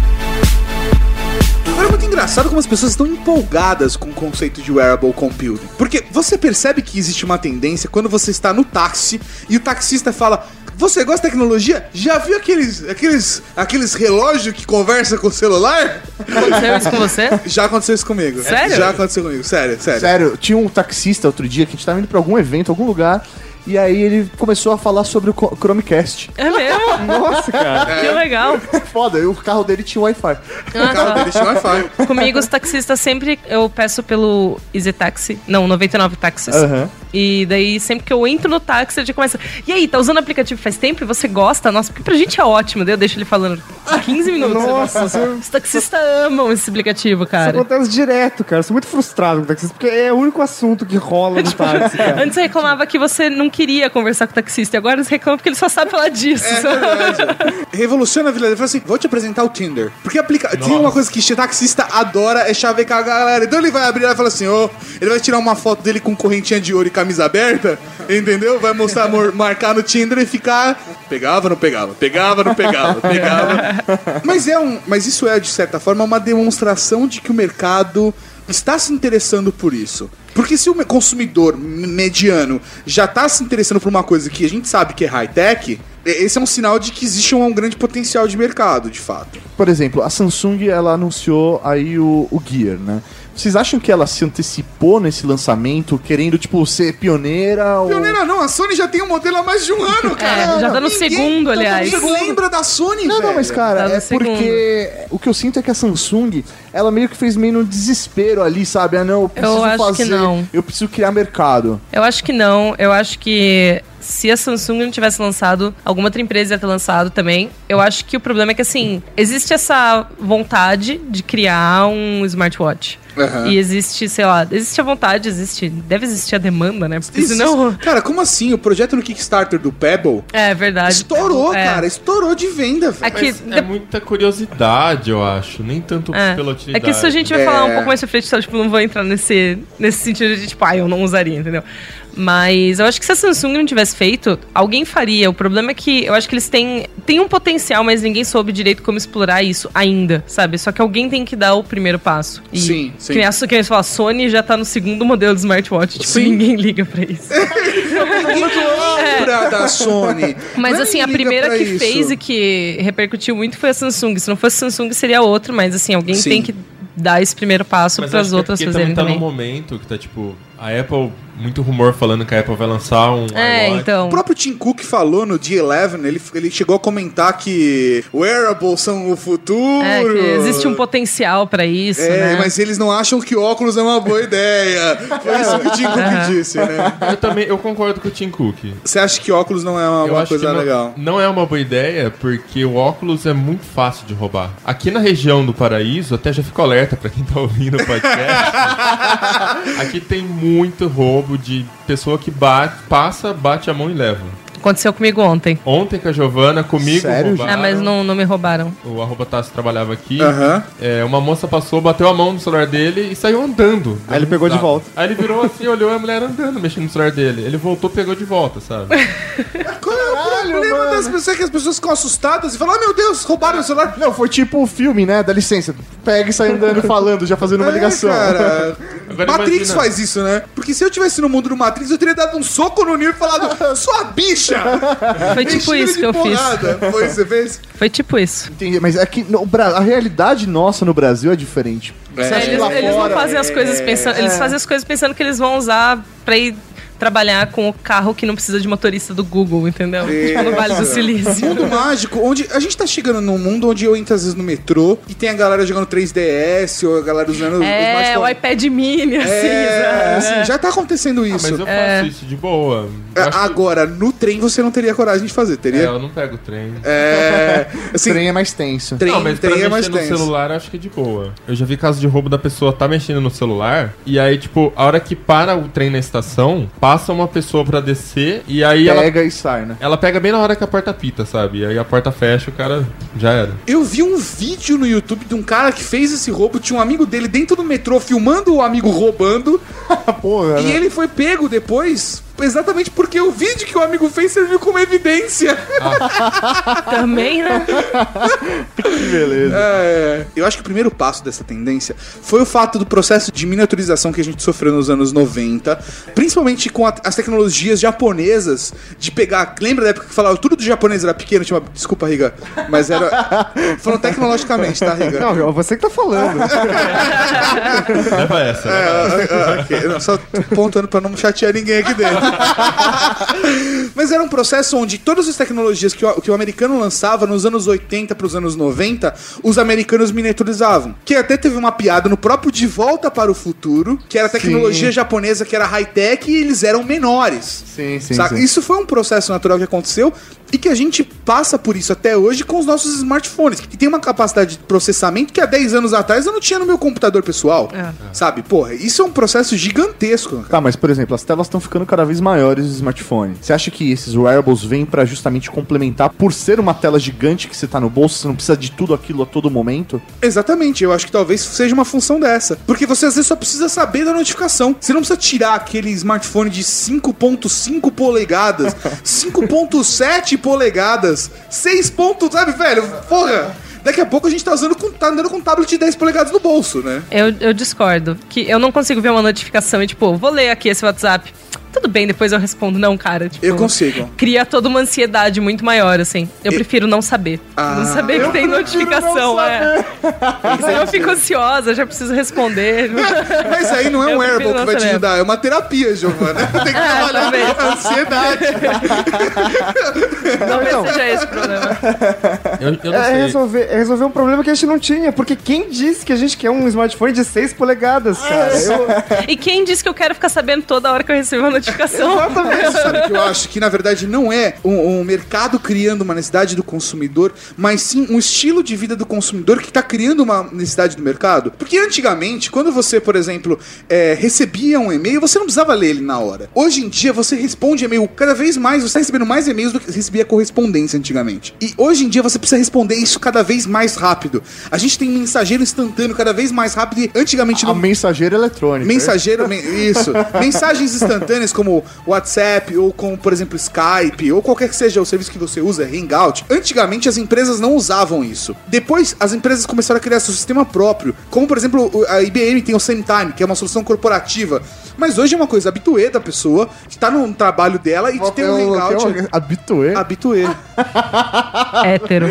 Agora é muito engraçado como as pessoas estão empolgadas com o conceito de wearable computing. Porque você percebe que existe uma tendência quando você está no táxi e o taxista fala: você gosta de tecnologia? Já viu aqueles, aqueles, aqueles relógios que conversam com o celular? Aconteceu isso com você? Já aconteceu isso comigo. Sério? Já aconteceu comigo, sério, sério. Sério, tinha um taxista outro dia que a gente tava indo pra algum evento, algum lugar, e aí ele começou a falar sobre o Co- Chromecast. É mesmo? Nossa, cara. Que legal. Foda, e o carro dele tinha Wi-Fi. Ah, O carro dele tinha Wi-Fi. Comigo, os taxistas sempre eu peço pelo Easy Taxi. Não, noventa e nove táxis. Aham. E daí, sempre que eu entro no táxi, ele já começa: e aí, tá usando o aplicativo faz tempo e você gosta? Nossa, porque pra gente é ótimo. Daí eu deixo ele falando quinze minutos. Nossa, você- Os taxistas amam esse aplicativo, Isso cara. acontece direto, cara. Eu sou muito frustrado com taxista, porque é o único assunto que rola no táxi, cara. Antes você reclamava que você não queria conversar com o taxista, e agora você reclama porque ele só sabe falar disso. É verdade. Revoluciona a vida. Ele falou assim: vou te apresentar o Tinder. Porque aplica... tem uma coisa que o taxista adora, é chavecar a galera. Então ele vai abrir e fala assim: ô, ele vai tirar uma foto dele com correntinha de ouro e camisa aberta, entendeu? Vai mostrar, amor, marcar no Tinder e ficar. Pegava, não pegava, pegava, não pegava, pegava. Mas é um. Mas isso é, de certa forma, uma demonstração de que o mercado está se interessando por isso. Porque se o consumidor mediano já está se interessando por uma coisa que a gente sabe que é high-tech, esse é um sinal de que existe um, um grande potencial de mercado, de fato. Por exemplo, a Samsung, ela anunciou aí o, o Gear, né? Vocês acham que ela se antecipou nesse lançamento, querendo, tipo, ser pioneira? Ou... Pioneira não, a Sony já tem um modelo há mais de um ano, cara. É, já tá no Ninguém- segundo, aliás. Ninguém lembra da Sony, Não, velho. não, mas cara, Tá no é segundo. porque o que eu sinto é que a Samsung, ela meio que fez meio no desespero ali, sabe? Ah, não, eu preciso acho fazer, que não. eu preciso criar mercado. Eu acho que não. Eu acho que se a Samsung não tivesse lançado, alguma outra empresa ia ter lançado também. Eu acho que o problema é que, assim, existe essa vontade de criar um smartwatch. Aham. E existe, sei lá, existe a vontade, existe, deve existir a demanda, né? Porque Existe- senão... Cara, como assim? O projeto no Kickstarter do Pebble É verdade. estourou, É. cara. Estourou de venda, velho. Aqui, Mas é muita curiosidade, eu acho. Nem tanto É. pela É utilidade. que isso a gente vai É. falar um pouco mais pra frente, só, tipo, não vou entrar nesse, nesse sentido de, tipo, ah, eu não usaria, entendeu? Mas eu acho que se a Samsung não tivesse feito, alguém faria. O problema é que eu acho que eles têm, têm um potencial, mas ninguém soube direito como explorar isso ainda, sabe? Só que alguém tem que dar o primeiro passo. E Sim, sim. Que nem a, que nem você fala, a Sony já tá no segundo modelo de smartwatch, tipo, Sim. ninguém liga pra isso. Ninguém lembra da Sony. Mas Não é assim, a liga primeira pra que isso. fez e que repercutiu muito foi a Samsung. Se não fosse a Samsung, seria outra, mas assim, alguém Sim. tem que dar esse primeiro passo Mas para acho as que é outras porque fazerem também tá também. no momento que tá, tipo, a Apple, muito rumor falando que a Apple vai lançar um É, iWatch. então. O próprio Tim Cook falou no D onze, ele, ele chegou a comentar que wearables são o futuro. É, que existe um potencial pra isso, É, né? mas eles não acham que óculos é uma boa ideia. Foi isso que o Tim Cook disse, né? Eu também, eu concordo com o Tim Cook. Você acha que óculos não é uma, Eu uma acho coisa que não, legal? não é uma boa ideia, porque o óculos é muito fácil de roubar. Aqui na região do Paraíso, até já fico alerta pra quem tá ouvindo o podcast. Aqui tem muito roubo de pessoa que bate, passa, bate a mão e leva. Aconteceu comigo ontem. Ontem com a Giovana, comigo Sério? roubaram. Ah, mas não, não me roubaram. O arroba Tassi trabalhava aqui. Aham. É, uma moça passou, bateu a mão no celular dele e saiu andando. Aí ele pegou de volta. Aí ele virou assim, olhou a mulher andando, mexendo no celular dele. Ele voltou, pegou de volta, sabe? Qual é o problema das pessoas? É que as pessoas ficam assustadas e falam: ah, meu Deus, roubaram o celular. Não, foi tipo o filme, né? Dá licença. Pega e sai andando falando, já fazendo uma É, ligação. cara. Agora Matrix imagina- faz isso, né? Porque se eu tivesse no mundo do Matrix, eu teria dado um soco no Neo e falado: sua bicha! Foi tipo Enchido isso de que eu fiz. porrada. Foi, você fez? Foi tipo isso. Entendi, mas é que no Bra- a realidade nossa no Brasil é diferente. Você É, acha que Eles, lá eles fora... não fazem as coisas pensando. Eles é. fazem as coisas pensando que eles vão usar pra ir trabalhar com o carro que não precisa de motorista do Google, entendeu? Tipo no Vale do Silício. Mundo mágico, onde a gente tá chegando num mundo onde eu entro às vezes no metrô e tem a galera jogando três D S ou a galera usando o É, smartphone. o iPad mini, assim, É, sabe? assim, já tá acontecendo isso. Ah, mas eu faço É. isso de boa. É, Eu acho que- Agora, no trem você não teria coragem de fazer, É, teria? eu não pego o trem. É. Assim, O trem é mais tenso. trem, não, mas pra trem é mexer mais no tenso. celular, eu acho que é de boa. Eu já vi casos de roubo da pessoa tá mexendo no celular, e aí, tipo, a hora que para o trem na estação, passa uma pessoa pra descer, e aí ela, Pega e sai, né? ela pega bem na hora que a porta pita, sabe? E aí a porta fecha, o cara já era. Eu vi um vídeo no YouTube de um cara que fez esse roubo, tinha um amigo dele dentro do metrô filmando o amigo roubando, Porra, e né? ele foi pego depois, exatamente porque o vídeo que o amigo fez serviu como evidência. Também, né? Que beleza. É, eu acho que o primeiro passo dessa tendência foi o fato do processo de miniaturização que a gente sofreu nos anos noventa, principalmente com a- as tecnologias japonesas de pegar. Lembra da época que falava tudo do japonês era pequeno? Tinha uma, desculpa, Riga, mas era. Falando tecnologicamente, tá, Riga? Não, você que tá falando. Leva essa. É, Leva essa. ah, ok. Não, só tô pontuando pra não chatear ninguém aqui dentro. Mas era um processo onde todas as tecnologias que o, que o americano lançava nos anos oitenta pros anos noventa, os americanos miniaturizavam. Que até teve uma piada no próprio De Volta para o Futuro, que era a tecnologia Sim. japonesa que era high-tech e eles eram menores. Sim, sim, Saca? sim. Isso foi um processo natural que aconteceu e que a gente passa por isso até hoje com os nossos smartphones, que tem uma capacidade de processamento que há dez anos atrás eu não tinha no meu computador pessoal. É. Sabe? Porra, isso é um processo gigantesco. Cara. Tá, mas por exemplo, as telas estão ficando cada vez maiores do smartphone. Você acha que esses wearables vêm pra justamente complementar, por ser uma tela gigante que você tá no bolso, você não precisa de tudo aquilo a todo momento? Exatamente, eu acho que talvez seja uma função dessa. Porque você às vezes só precisa saber da notificação. Você não precisa tirar aquele smartphone de cinco ponto cinco polegadas, cinco ponto sete polegadas, seis ponto, sabe, velho? Porra! Daqui a pouco a gente tá usando com, tá andando com um tablet de dez polegadas no bolso, né? Eu, eu discordo. Que eu não consigo ver uma notificação e, tipo, vou ler aqui esse WhatsApp. Tudo bem, depois eu respondo. Não, cara. Tipo, Eu consigo. Cria toda uma ansiedade muito maior, assim. Eu Eu- prefiro não saber. Ah. Não saber que tem notificação, é. Senão eu fico ansiosa, já preciso responder. Mas aí não é Eu um prefiro wearable que não vai te saber. ajudar, é uma terapia, Giovana. Tem que É, trabalhar talvez. a ansiedade. Talvez seja esse o problema. Eu, eu não É sei. resolver, é resolver um problema que a gente não tinha. Porque quem disse que a gente quer um smartphone de seis polegadas, cara? Eu- E quem disse que eu quero ficar sabendo toda hora que eu recebo uma notificação? Sabe o que eu acho? Que na verdade não é um, um mercado criando uma necessidade do consumidor, mas sim um estilo de vida do consumidor que está criando uma necessidade do mercado. Porque antigamente, quando você, por exemplo, é, recebia um e-mail, você não precisava ler ele na hora. Hoje em dia, você responde e-mail cada vez mais, você está recebendo mais e-mails do que recebia correspondência antigamente. E hoje em dia, você precisa responder isso cada vez mais rápido. A gente tem mensageiro instantâneo cada vez mais rápido e antigamente A não. mensageira eletrônica. Mensageiro, men- isso. Mensagens instantâneas como WhatsApp ou como, por exemplo, Skype ou qualquer que seja o serviço que você usa, Hangout. Antigamente as empresas não usavam isso. Depois as empresas começaram a criar seu sistema próprio, como por exemplo o- a I B M tem o SameTime, que é uma solução corporativa. Mas hoje é uma coisa habituê da pessoa que tá no trabalho dela e que tem um Eu- Hangout. eu- Habitué. Habituê. Hétero.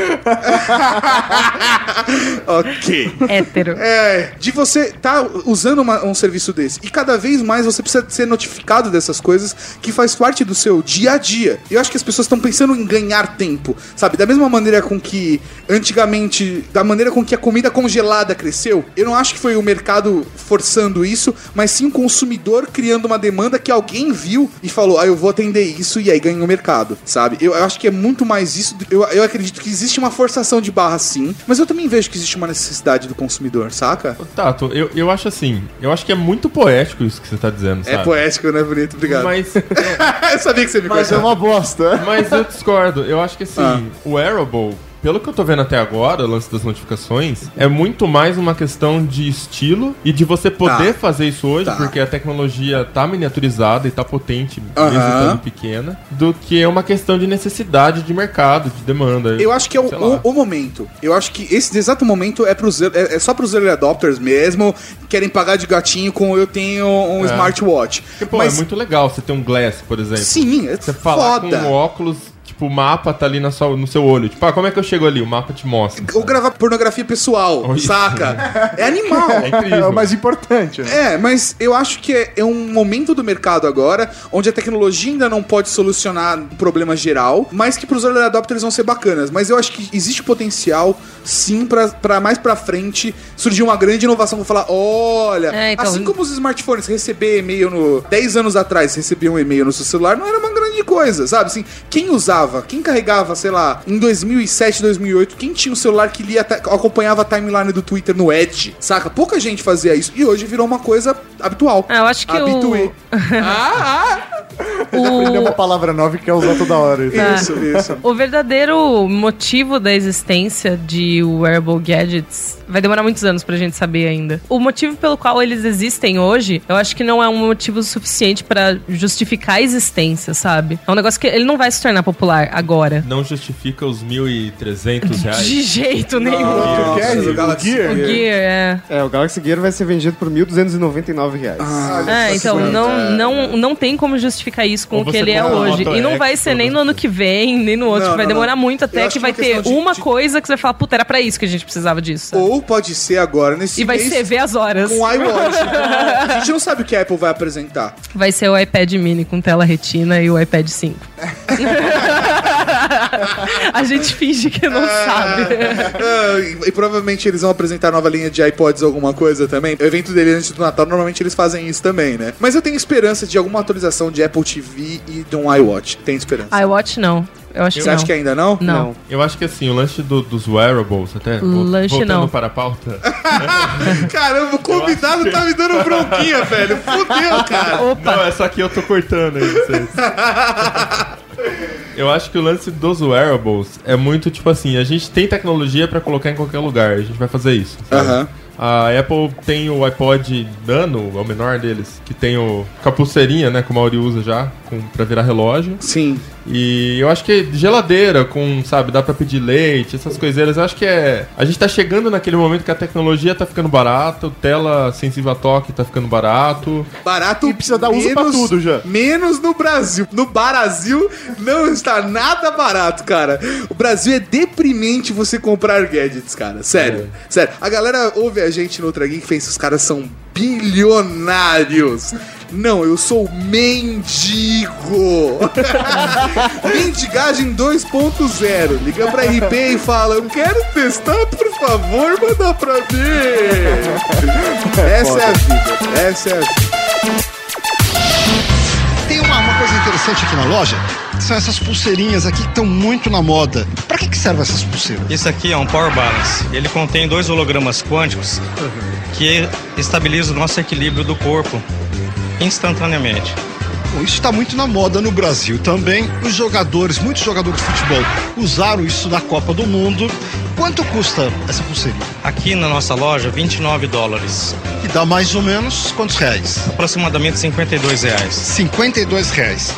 Ok. Hétero. É, de você tá usando uma- um serviço desse. E cada vez mais você precisa ser notificado dessas coisas que faz parte do seu dia a dia. Eu acho que as pessoas estão pensando em ganhar tempo, sabe? Da mesma maneira com que antigamente, da maneira com que a comida congelada cresceu, eu não acho que foi o mercado forçando isso, mas sim o consumidor criando uma demanda que alguém viu e falou, ah, eu vou atender isso, e aí ganha o mercado, sabe? Eu, eu acho que é muito mais isso. do- Eu, eu acredito que existe uma forçação de barra, sim, mas eu também vejo que existe uma necessidade do consumidor, saca? Tato, eu, eu acho assim, eu acho que é muito poético isso que você tá dizendo, sabe? É poético, né, bonito? Obrigado. Mas, eu sabia que você me Mas é conhecia. uma bosta. mas eu discordo. Eu acho que assim, Ah. o wearable, pelo que eu tô vendo até agora, o lance das notificações, é muito mais uma questão de estilo e de você poder Tá. fazer isso hoje, Tá. porque a tecnologia tá miniaturizada e tá potente, Aham. mesmo estando pequena, do que é uma questão de necessidade de mercado, de demanda. Eu acho que é o, Sei lá. o, o momento. Eu acho que esse exato momento é, pros, é, é só pros early adopters mesmo, que querem pagar de gatinho com eu tenho um É. smartwatch. Porque, pô, Mas é muito legal você ter um Glass, por exemplo. sim, é Você falar foda. com um óculos, tipo, tipo, o mapa tá ali na sua, no seu olho. Tipo, ah, como é que eu chego ali? O mapa te mostra. Ou gravar pornografia pessoal, Oh, saca? É animal. É incrível. É o mais importante, né? É, mas eu acho que é, é um momento do mercado agora onde a tecnologia ainda não pode solucionar um problema geral, mas que pros early adopters vão ser bacanas. Mas eu acho que existe potencial, sim, pra, pra mais pra frente surgir uma grande inovação. Vou falar, olha, É, então- assim como os smartphones receber e-mail no... dez anos atrás, receber um e-mail no seu celular, não era uma grande coisa, sabe? Assim, quem usava, quem carregava, sei lá, em dois mil e sete, dois mil e oito, quem tinha um celular que lia, acompanhava a timeline do Twitter no Edge, saca? Pouca gente fazia isso e hoje virou uma coisa habitual. Ah, eu acho que Habituê. o... Ah, Aprendeu uma palavra nova que quer usar toda hora. ah. Isso, isso. O verdadeiro motivo da existência de wearable gadgets vai demorar muitos anos pra gente saber ainda. O motivo pelo qual eles existem hoje, eu acho que não é um motivo suficiente pra justificar a existência, sabe? É um negócio que ele não vai se tornar popular agora. Não justifica os mil e trezentos reais. De jeito nenhum. Nossa, Quer? o O Galaxy Gear? O Gear, é. É, o Galaxy Gear vai ser vendido por mil duzentos e noventa e nove reais. Ah, É, então não, não, não tem como justificar isso com Ou o que você ele é compra uma hoje. Moto E não X, vai ser por nem no exemplo. ano que vem, nem no outro. Não, vai não, demorar não. muito Eu até acho que vai que é ter questão de- uma de- coisa que você vai falar, puta, era pra isso que a gente precisava disso. sabe? Ou pode ser agora nesse E vai mês ser ver as horas. com o iWatch. A gente não sabe o que a Apple vai apresentar. Vai ser o iPad mini com tela retina e o iPad cinco. A gente finge que não sabe. Ah, e, e provavelmente eles vão apresentar nova linha de iPods ou alguma coisa também. O evento dele antes do Natal, normalmente eles fazem isso também, né? Mas eu tenho esperança de alguma atualização de Apple T V e de um iWatch. Tem esperança. iWatch não. Eu acho Você que não. acha que ainda não? Não. Eu acho que assim, o lance do- dos wearables, até vol- Lanche voltando não. para a pauta, Caramba, o convidado tá me dando bronquinha, velho. Fudeu, cara. Opa. não, é só que eu tô cortando aí vocês. Eu acho que o lance dos wearables é muito tipo assim, a gente tem tecnologia pra colocar em qualquer lugar, a gente vai fazer isso. sabe? Aham. A Apple tem o iPod Nano, é o menor deles, que tem o com a pulseirinha, né, que o Mauri usa já, com, pra virar relógio. Sim. E eu acho que geladeira com, sabe, dá pra pedir leite, essas coiseiras, eu acho que é... A gente tá chegando naquele momento que a tecnologia tá ficando barata, tela sensível a toque tá ficando barato. Barato E precisa dar uso pra tudo já. Menos no Brasil. No Brasil não está nada barato, cara. O Brasil é deprimente você comprar gadgets, cara. Sério. Sério. A galera ouve a gente no Ultra Geek e pensa, os caras são bilionários. Não, eu sou mendigo. Mendigagem dois ponto zero. Liga pra R P e fala, eu quero testar, por favor, manda pra mim. Essa é a vida. Essa é a vida. Tem uma, uma coisa interessante aqui na loja, que são essas pulseirinhas aqui que estão muito na moda. Pra que, que servem essas pulseiras? Isso aqui é um Power Balance. Ele contém dois hologramas quânticos que estabilizam o nosso equilíbrio do corpo instantaneamente. Bom, isso está muito na moda no Brasil também. Os jogadores, muitos jogadores de futebol usaram isso na Copa do Mundo. Quanto custa essa pulseirinha? Aqui na nossa loja, vinte e nove dólares. E dá mais ou menos quantos reais? Aproximadamente cinquenta e dois reais. cinquenta e dois reais.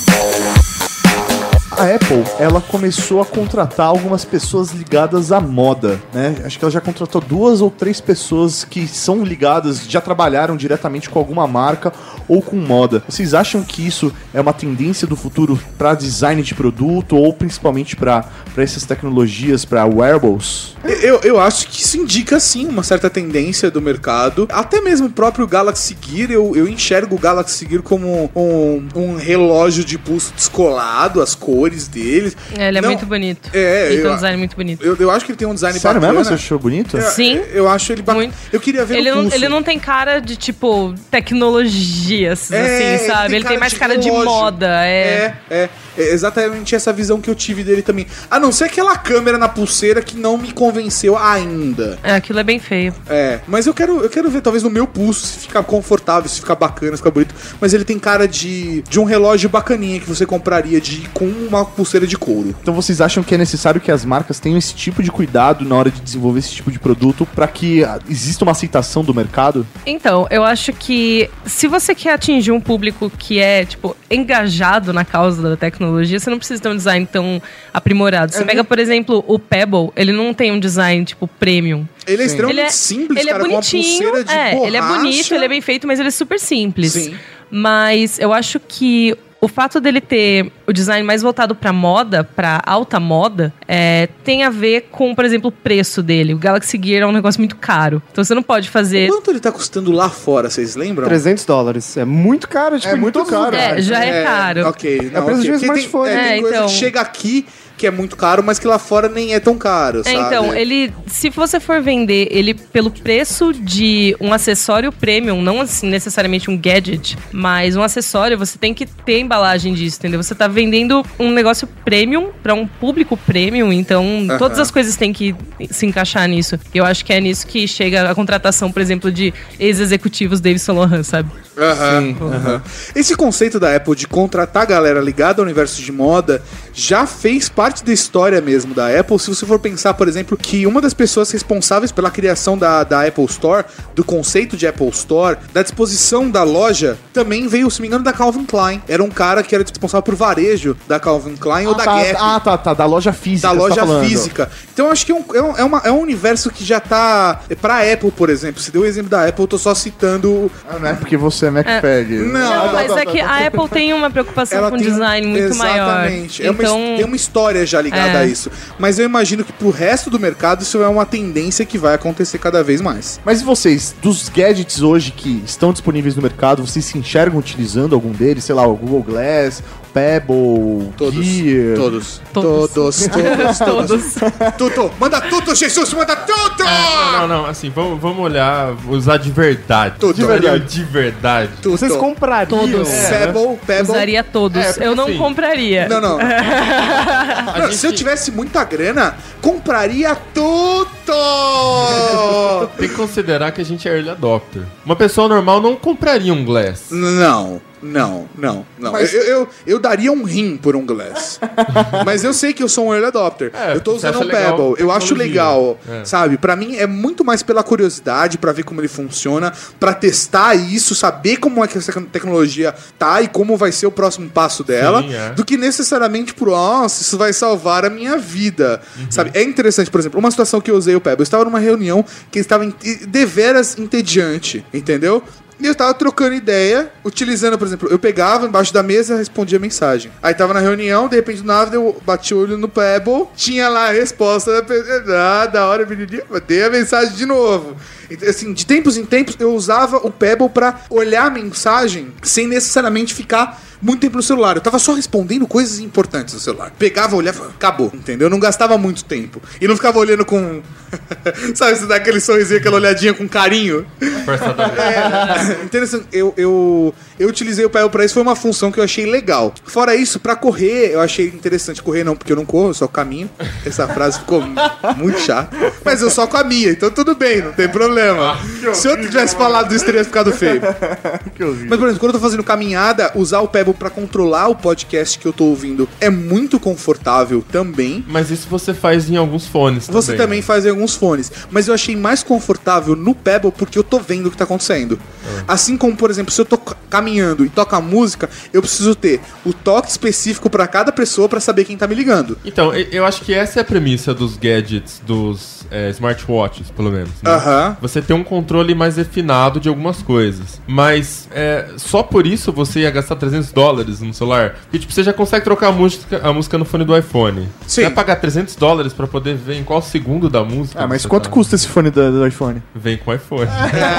A Apple, ela começou a contratar algumas pessoas ligadas à moda, né? Acho que ela já contratou duas ou três pessoas que são ligadas, já trabalharam diretamente com alguma marca ou com moda. Vocês acham que isso é uma tendência do futuro para design de produto ou principalmente para essas tecnologias, para wearables? Eu, eu acho que isso indica, sim, uma certa tendência do mercado. Até mesmo o próprio Galaxy Gear, eu, eu enxergo o Galaxy Gear como um, um relógio de pulso descolado, as cores dele. É, ele é Não, muito bonito. É, ele tem eu, um design muito bonito. eu, eu acho que ele tem um design Sério bacana. mesmo? Você achou bonito? Eu- Sim. Eu acho ele bacana. Muito. Eu queria ver Ele no não, pulso. ele não tem cara de, tipo, tecnologias, É, assim, sabe? Ele tem, mais cara de relógio. moda, é. É, é. É exatamente essa visão que eu tive dele também. A não ser aquela câmera na pulseira que não me convenceu ainda. É, aquilo é bem feio. É, mas eu quero, eu quero ver talvez no meu pulso se ficar confortável, se ficar bacana, se ficar bonito. Mas ele tem cara de, de um relógio bacaninha que você compraria de, com uma pulseira de couro. Então vocês acham que é necessário que as marcas tenham esse tipo de cuidado na hora de desenvolver esse tipo de produto para que ah, exista uma aceitação do mercado? Então, eu acho que se você quer atingir um público que é, tipo, engajado na causa da tecnologia, você não precisa ter um design tão aprimorado. Você É, pega, por exemplo, o Pebble, ele não tem um design, tipo, premium. Ele é Sim. extremamente Ele é- simples, ele cara, é com uma bonitinho, pulseira de é, ele é borracha. bonito, ele é bem feito, mas ele é super simples. Sim. Mas eu acho que o fato dele ter o design mais voltado pra moda, pra alta moda, é, tem a ver com, por exemplo, o preço dele. O Galaxy Gear é um negócio muito caro. Então você não pode fazer... Quanto ele tá custando lá fora, vocês lembram? trezentos dólares. É muito caro. Tipo, É muito caro. É, já é caro. Ok. É o preço de um Porque tem- smartphone. é, tem É, coisa então. que chega aqui que é muito caro, mas que lá fora nem é tão caro, É, sabe? então, ele, se você for vender ele pelo preço de um acessório premium, não assim, necessariamente um gadget, mas um acessório, você tem que ter embalagem disso, entendeu? Você tá vendendo um negócio premium pra um público premium, então Aham. todas as coisas têm que se encaixar nisso. Eu acho que é nisso que chega a contratação, por exemplo, de ex-executivos David Solohan, sabe? Aham, aham. Esse conceito da Apple de contratar a galera ligada ao universo de moda já fez parte da história mesmo da Apple. Se você for pensar, por exemplo, que uma das pessoas responsáveis pela criação da, da Apple Store, do conceito de Apple Store, da disposição da loja, também veio, se não me engano, da Calvin Klein. Era um cara que era responsável por varejo da Calvin Klein ou Ah, da tá, Gap. ah, tá, tá, da loja física. Da você loja tá falando. física. Então eu acho que é um, é, um, é uma- é um universo que já tá. Pra Apple, por exemplo, se deu o exemplo da Apple, eu tô só citando. Ah, não é porque você é MacFag. Não, Não, mas é que a Apple tem uma preocupação Ela com tem um- design muito maior. Exatamente. É uma, Então, his- tem uma história já ligada É. a isso. Mas eu imagino que pro resto do mercado isso é uma tendência que vai acontecer cada vez mais. Mas e vocês, dos gadgets hoje que estão disponíveis no mercado, vocês se enxergam utilizando algum deles? Sei lá, o Google Glass, Pebble, Todos. Gear... Todos. Todos. Todos, todos, todos. todos. Tuto, manda tudo, Jesus, manda tudo! Não, não, assim, vamos, vamos olhar, usar de verdade. Tudo. De verdade. De verdade. Tudo. Vocês comprariam. Todos. É, Pebble, Pebble. Usaria todos. É, porque Eu não assim- compraria. Não, não. A Não, gente Se eu tivesse muita grana, compraria tudo! tem que considerar que a gente é early adopter. Uma pessoa normal não compraria um Glass. Não, não, não, não. Mas- Eu, eu, eu daria um rim por um Glass. Mas eu sei que eu sou um early adopter. É, eu tô você usando acha um legal Pebble. a Eu acho tecnologia. legal, É. sabe? Pra mim é muito mais pela curiosidade, pra ver como ele funciona, pra testar isso, saber como é que essa tecnologia tá e como vai ser o próximo passo dela, Sim, é. do que necessariamente por, nossa, isso vai salvar a minha vida. Uhum. Sabe? É interessante, por exemplo, uma situação que eu usei o Pebble. Eu estava numa reunião que estava em- deveras entediante, entendeu? E eu tava trocando ideia, utilizando, por exemplo, eu pegava embaixo da mesa e respondia a mensagem. Aí tava na reunião, de repente do nada eu bati o olho no Pebble, tinha lá a resposta da pessoa. Ah, da hora, menininha, mandei a mensagem de novo. Então, assim, de tempos em tempos eu usava o Pebble pra olhar a mensagem sem necessariamente ficar muito tempo no celular. Eu tava só respondendo coisas importantes no celular. Pegava, olhava, acabou, entendeu? Eu não gastava muito tempo. E não ficava olhando com... Sabe, você dá aquele sorrisinho, aquela olhadinha com carinho. Forçadamente. É, interessante. Eu, eu, eu utilizei o Pebble pra isso, foi uma função que eu achei legal. Fora isso, pra correr, eu achei interessante. Correr não, porque eu não corro, eu só caminho. Essa frase ficou muito chata. Mas eu só caminho, então tudo bem, não tem problema. Se eu tivesse falado isso, teria ficado feio. Mas, por exemplo, quando eu tô fazendo caminhada, usar o Pebble pra controlar o podcast que eu tô ouvindo é muito confortável também. Mas isso você faz em alguns fones Você também. também faz em alguns fones. Mas eu achei mais confortável no Pebble porque eu tô vendo o que tá acontecendo. Assim como, por exemplo, se eu tô c- caminhando e toco a música, eu preciso ter o toque específico pra cada pessoa pra saber quem tá me ligando. Então, e- eu acho que essa é a premissa dos gadgets, dos é, smartwatches, pelo menos. Né? Aham. Você tem um controle mais refinado de algumas coisas. Mas é, só por isso você ia gastar trezentos dólares no celular? Porque tipo, você já consegue trocar a música, a música no fone do iPhone. Sim. Você vai pagar trezentos dólares pra poder ver em qual segundo da música. Ah, mas você quanto tá. custa esse fone do, do iPhone? Vem com iPhone.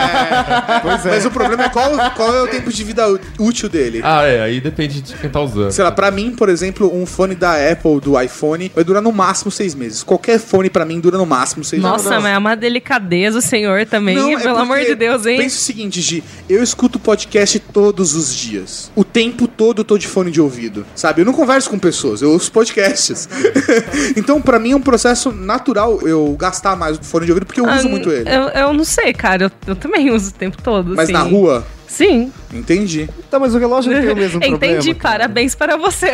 Pois é. Mas o problema é qual, qual é o tempo de vida útil dele. Ah, é. Aí depende de quem tá usando. Sei lá, pra mim, por exemplo, um fone da Apple, do iPhone, vai durar no máximo seis meses. Qualquer fone pra mim dura no máximo seis meses. Nossa, mas é uma delicadeza o senhor também, Não, é pelo porque- amor de Deus, hein? Pensa o seguinte, Gi, eu escuto podcast todos os dias. O tempo todo eu tô de fone de ouvido, sabe? Eu não converso com pessoas, eu ouço podcasts. Então, pra mim é um processo natural eu gastar mais o fone de ouvido, porque eu uso Ah, muito ele. Eu, eu não sei, cara. Eu, eu também uso o tempo todo. Mas assim. na rua? Sim. Entendi. Tá, mas o relógio não tem o mesmo problema. Entendi, parabéns para você.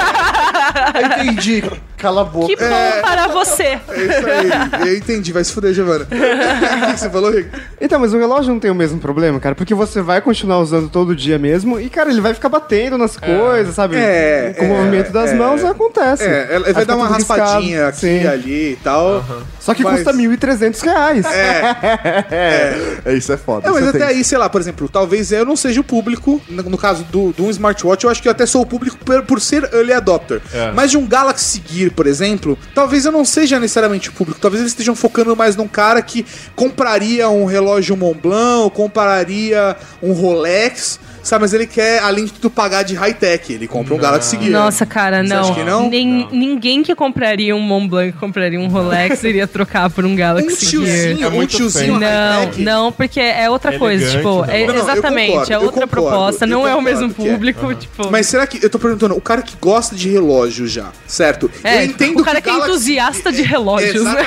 Entendi. Cala a boca. Que bom É. para você. É isso aí. Eu entendi, vai se fuder, Giovana. O que você falou, Rick? Então, mas o relógio não tem o mesmo problema, cara, porque você vai continuar usando todo dia mesmo e, cara, ele vai ficar batendo nas coisas, sabe? É, Com o é, movimento das é. mãos acontece. É, ela Aí vai fica dar uma tudo riscado. raspadinha aqui Sim. e ali e tal. Só que Mas- custa mil e trezentos reais. É. É, isso é foda. Não, mas isso é até tenso. aí, sei lá, por exemplo, talvez eu não seja seja o público, no, no caso do, do um smartwatch, eu acho que eu até sou o público por, por ser early adopter. É. Mas de um Galaxy Gear, por exemplo, talvez eu não seja necessariamente o público, talvez eles estejam focando mais num cara que compraria um relógio Montblanc, ou compraria um Rolex, sabe, mas ele quer, além de tudo, pagar de high-tech. Ele compra um Galaxy Gear. Nossa, cara, Você não. acha que não? Nem, Não. Ninguém que compraria um Montblanc, compraria um Rolex, iria trocar por um Galaxy Um tiozinho, Gear. um tiozinho Não, high-tech. não, porque é outra É coisa, elegante, tipo, tá é, bom. Não, não, eu exatamente, concordo, é eu outra concordo, proposta, eu não é o concordo mesmo que é. público, Aham. tipo... Mas será que, eu tô perguntando, o cara que gosta de relógio já, certo? É, eu entendo o cara que, é Galaxy- entusiasta de relógios, né?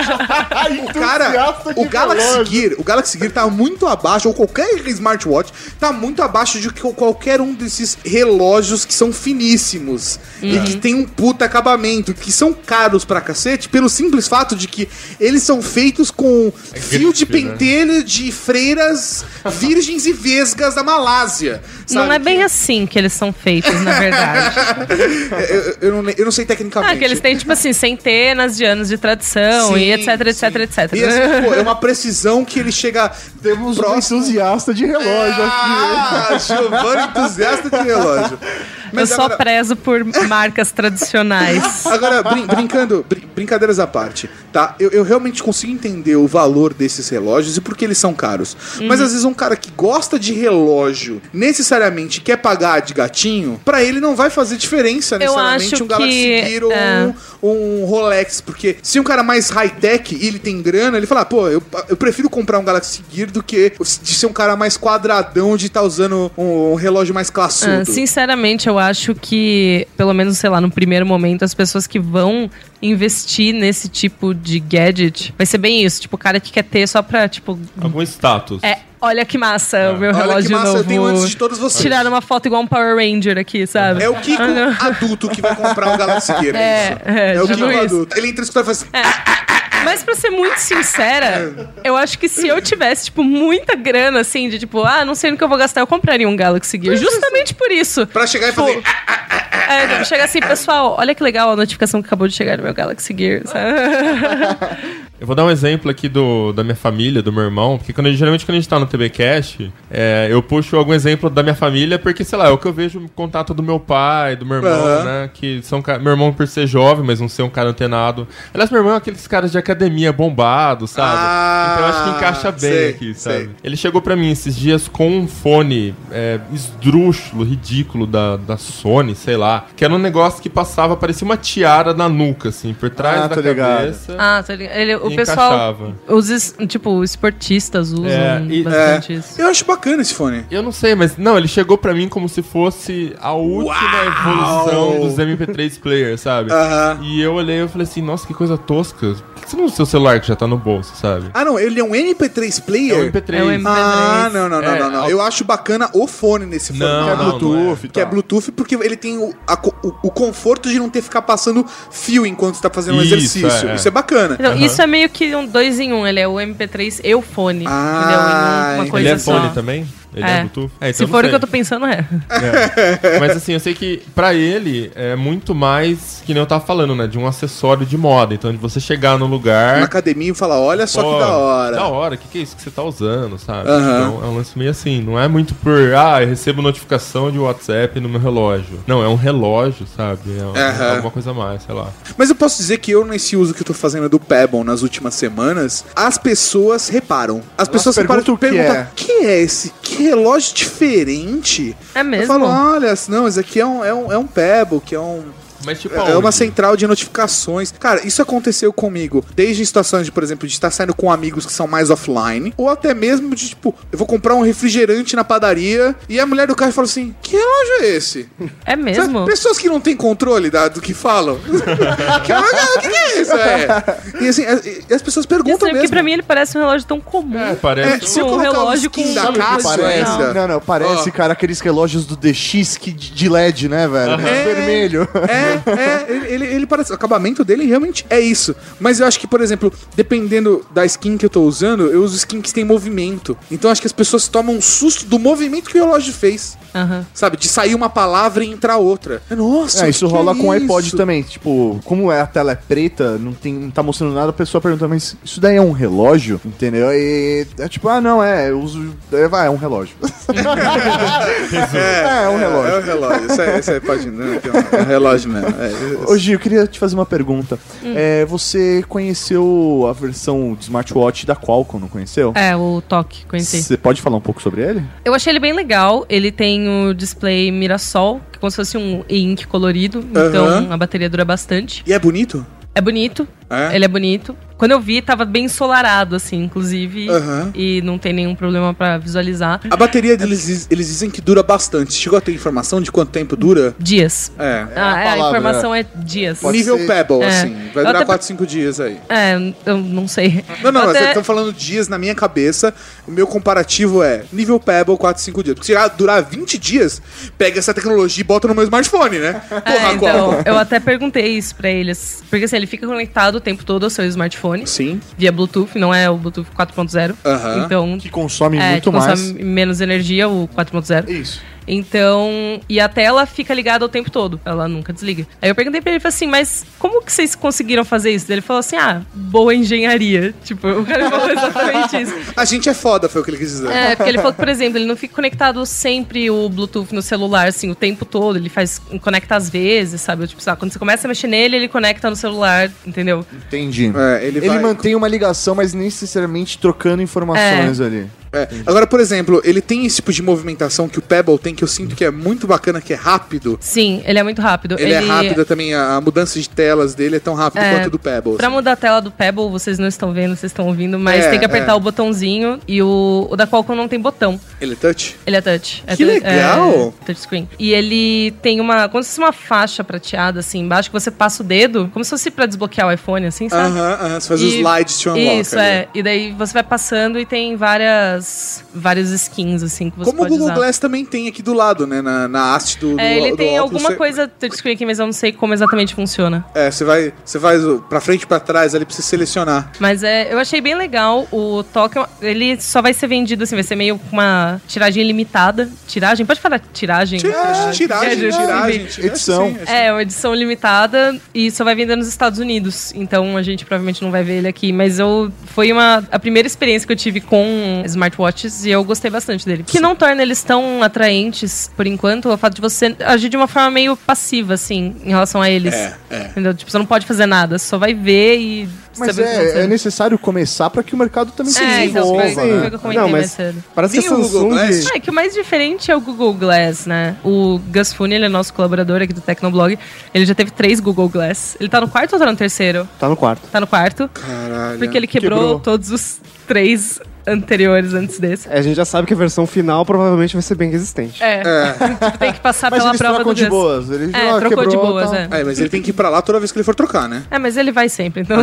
O cara, o Galaxy Gear, o Galaxy Gear tá muito abaixo, ou qualquer smartwatch, tá muito abaixo de que qualquer um desses relógios que são finíssimos e Uhum. que tem um puta acabamento, que são caros pra cacete, pelo simples fato de que eles são feitos com fio de grife, né? pentelho de freiras virgens e vesgas da Malásia. Não sabe? é bem assim que eles são feitos, na verdade. eu, eu, não, eu não sei tecnicamente. Ah, que eles têm, tipo assim, centenas de anos de tradição Sim, e etc, etc, etc. E assim, pô, é uma precisão que ele chega. Temos próximo... um entusiasta de relógio ah, aqui. Giovanni, entusiasta de relógio. Eu só prezo por marcas tradicionais. Agora, brin brincando, brin brincadeiras à parte, tá? Eu, eu realmente consigo entender o valor desses relógios e por que eles são caros. Uhum. Mas às vezes um cara que gosta de relógio necessariamente quer pagar de gatinho, pra ele não vai fazer diferença Eu necessariamente acho um Galaxy que, Gear ou é. um, um Rolex. Porque se um cara mais high-tech e ele tem grana, ele fala, pô, eu, eu prefiro comprar um Galaxy Gear do que de ser um cara mais quadradão de estar tá usando um, um relógio mais classudo. Ah, sinceramente, eu acho que, pelo menos, sei lá, no primeiro momento, as pessoas que vão investir nesse tipo de gadget, vai ser bem isso, tipo, o cara que quer ter só pra, tipo... Algum status. É, olha que massa o meu Olha relógio que massa, novo. eu tenho antes de todos vocês. Tirar uma foto igual um Power Ranger aqui, sabe? É o Kiko adulto que vai comprar um Galaxy Gear. É, isso. é, é o tipo Kiko isso. adulto. Ele entra no escritório e faz assim... Mas pra ser muito sincera, eu acho que se eu tivesse, tipo, muita grana, assim, de tipo, ah, não sei no que eu vou gastar, eu compraria um Galaxy Gear. Justamente por isso. Pra chegar tipo, e fazer... É, tipo, chegar assim, pessoal, olha que legal a notificação que acabou de chegar no meu Galaxy Gear, sabe? Eu vou dar um exemplo aqui do, da minha família, do meu irmão, porque quando, geralmente quando a gente tá no T B Cast, é, eu puxo algum exemplo da minha família, porque, sei lá, é o que eu vejo no contato do meu pai, do meu irmão, Uhum. né, que são, ca- meu irmão por ser jovem, mas não ser um cara antenado. Aliás, meu irmão é aqueles caras de academia bombados, sabe? Ah, então eu acho que encaixa bem sei, aqui, sabe? sei. Ele chegou pra mim esses dias com um fone é, esdrúxulo, ridículo da, da Sony, sei lá, que era um negócio que passava, parecia uma tiara na nuca, assim, por trás Ah, da tô ligado. cabeça. Ah, tá ligado. Ele, o E pessoal, encaixava. os, es- tipo, esportistas usam É, e- bastante É. isso. Eu acho bacana esse fone. Eu não sei, mas não, ele chegou pra mim como se fosse a última Uau! evolução dos M P três players, sabe? Aham. E eu olhei e falei assim, nossa, que coisa tosca. Por que você não usa o seu celular que já tá no bolso, sabe? Ah, não, ele é um M P três player? É um M P três. É um M P três. Ah, não, não, não, É, não, não. ao- Eu acho bacana o fone nesse fone. Não, Que é não, Bluetooth e Que é tal. Bluetooth, porque ele tem o, a co- o, o conforto de não ter que ficar passando fio enquanto você tá fazendo um Isso, exercício. é, é. Isso é bacana. Então, Aham. isso é meio que um dois em um. Ele é o M P três e o fone. Ah, entendeu? Em uma ele coisa Ele é só. fone também? Ele é, É. Bluetooth? É, então Se eu não for o sei. que eu tô pensando, é. É. Mas assim, eu sei que pra ele é muito mais, que nem eu tava falando, né? De um acessório de moda. Então, de você chegar no lugar... Na academia e falar, olha só Pô, que da hora. Da hora, o que, que é isso que você tá usando, sabe? Aham. Então é um lance meio assim, não é muito por, ah, eu recebo notificação de WhatsApp no meu relógio. Não, é um relógio, sabe? É, Aham. é alguma coisa a mais, sei lá. Mas eu posso dizer que eu, nesse uso que eu tô fazendo do Pebble nas últimas semanas, as pessoas reparam. As pessoas reparam perguntam o que perguntam, é. que é esse? Que relógio diferente? É mesmo? Eu falo, olha, não, esse aqui é um, é um, é um Pebble, que é um... Mas tipo, É aonde? uma central de notificações. Cara, isso aconteceu comigo. Desde em situações de, por exemplo, de estar saindo com amigos que são mais offline. Ou até mesmo de, tipo, eu vou comprar um refrigerante na padaria e a mulher do carro fala assim, que relógio é esse? É mesmo? Sabe, pessoas que não têm controle da, do que falam. que, o que, que é isso? É. E assim, as, e as pessoas perguntam Isso é mesmo. porque pra mim ele parece um relógio tão comum. É, parece É, se eu um colocar relógio o skin com da sabe, Casio Parece, ainda. não, não, parece, Ó. cara, aqueles relógios do D X que, de L E D, né, velho? É. Vermelho. É, É, é ele, ele, ele parece. O acabamento dele realmente é isso. Mas eu acho que, por exemplo, dependendo da skin que eu tô usando, eu uso skin que tem movimento. Então acho que as pessoas tomam um susto do movimento que o relógio fez. Uhum. Sabe? De sair uma palavra e entrar outra. Nossa, É, isso que rola que com o é iPod isso? também. Tipo, como é, a tela é preta, não, tem, não tá mostrando nada, a pessoa pergunta, mas isso daí é um relógio? Entendeu? E é tipo, ah, não, é, eu uso. É, vai, é um relógio. É, é um relógio. É um relógio. Isso é, isso é pode, não, é um relógio mesmo. É, Ô, Gil, eu queria te fazer uma pergunta. Hum. É, você conheceu a versão de smartwatch da Qualcomm, não conheceu? É, o Toque, conheci. Você pode falar um pouco sobre ele? Eu achei ele bem legal. Ele tem o display Mirasol, que é como se fosse um e-ink colorido. Então Aham. a bateria dura bastante. E é bonito? É bonito. É? Ele é bonito. Quando eu vi, tava bem ensolarado, assim, inclusive. Aham. E não tem nenhum problema pra visualizar. A bateria deles, eles dizem que dura bastante. Chegou a ter informação de quanto tempo dura? Dias. É. Ah, é, a palavra, informação é, dias. Pode Nível ser- Pebble, É. assim. Vai Eu durar até- quatro, cinco dias aí. É, eu não sei. Não, não, Eu mas até- vocês estão falando dias na minha cabeça. O meu comparativo é nível Pebble, quatro, cinco dias. Porque se chegar a durar vinte dias, pega essa tecnologia e bota no meu smartphone, né? Porra, É, então, Qualcomm. eu até perguntei isso pra eles. Porque assim, ele fica conectado o tempo todo ao seu smartphone. Sim. Via Bluetooth, não é o Bluetooth quatro ponto zero. Aham. Então, Que consome é, muito que consome mais. menos energia, o quatro ponto zero. Isso. Então, e a tela fica ligada o tempo todo. Ela nunca desliga. Aí eu perguntei pra ele, falei assim, mas como que vocês conseguiram fazer isso? Ele falou assim, ah, boa engenharia. Tipo, o cara falou exatamente isso. A gente é foda, foi o que ele quis dizer. É, porque ele falou que, por exemplo, ele não fica conectado sempre o Bluetooth no celular, assim, o tempo todo. Ele faz, conecta às vezes, sabe? Tipo, sabe, quando você começa a mexer nele, ele conecta no celular, entendeu? Entendi. É, ele Ele vai- mantém uma ligação, mas nem necessariamente trocando informações ali. É. Agora, por exemplo, ele tem esse tipo de movimentação que o Pebble tem, que eu sinto que é muito bacana, que é rápido. Sim, ele é muito rápido. Ele, é rápido também, a, a mudança de telas dele é tão rápido É, quanto do Pebble. Pra assim. mudar a tela do Pebble, vocês não estão vendo, vocês estão ouvindo, mas É, tem que apertar é. o botãozinho e o, o da Qualcomm não tem botão. Ele é touch? Ele é touch. É Que tu- legal! É touchscreen. E ele tem uma, como se fosse uma faixa prateada assim embaixo, que você passa o dedo, como se fosse pra desbloquear o iPhone, assim, sabe? Aham, aham. Você faz os E- slides to unlock. Isso, ali. é. E daí você vai passando e tem várias, várias skins, assim, que você Como o pode Google usar. Glass também tem aqui do lado, né? Na, na haste do, do É, ele do tem óculos, alguma você- coisa touchscreen aqui, mas eu não sei como exatamente funciona. É, você vai, você vai pra frente e pra trás ali pra você selecionar. Mas é, eu achei bem legal. O toque, ele só vai ser vendido assim, vai ser meio com uma tiragem limitada. Tiragem? Pode falar tiragem? Tiragem, tiragem, Gadget, tiragem, enfim. tiragem, Edição. sim, É, uma edição limitada e só vai vender nos Estados Unidos. Então a gente provavelmente não vai ver ele aqui. Mas eu foi uma a primeira experiência que eu tive com smartwatches e eu gostei bastante dele. O que não torna eles tão atraentes, por enquanto, é o fato de você agir de uma forma meio passiva, assim, em relação a eles. É, é. Entendeu? Tipo, você não pode fazer nada, você só vai ver e Mas saber o que tá é, é acontecendo. necessário começar para que o mercado também se É, então, desenvolva, foi, foi né? o que eu comentei Não, mais mas cedo. parece que Nem a o Google Samsung... Glass. Ah, é que o mais diferente é o Google Glass, né? O Gus Fune, ele é nosso colaborador aqui do Tecnoblog. Ele já teve três Google Glass. Ele tá no quarto ou tá no terceiro? Tá no quarto. Tá no quarto. Caralho. Porque ele quebrou, Quebrou. todos os três anteriores antes desse. É, a gente já sabe que a versão final provavelmente vai ser bem resistente. É. Tipo, tem que passar Mas pela eles prova trocam do de Gus. boas. Ele É, já trocou de quebrou, boas, tá. é. É, mas ele tem que ir pra lá toda vez que ele for trocar, né? É, mas ele vai sempre, então.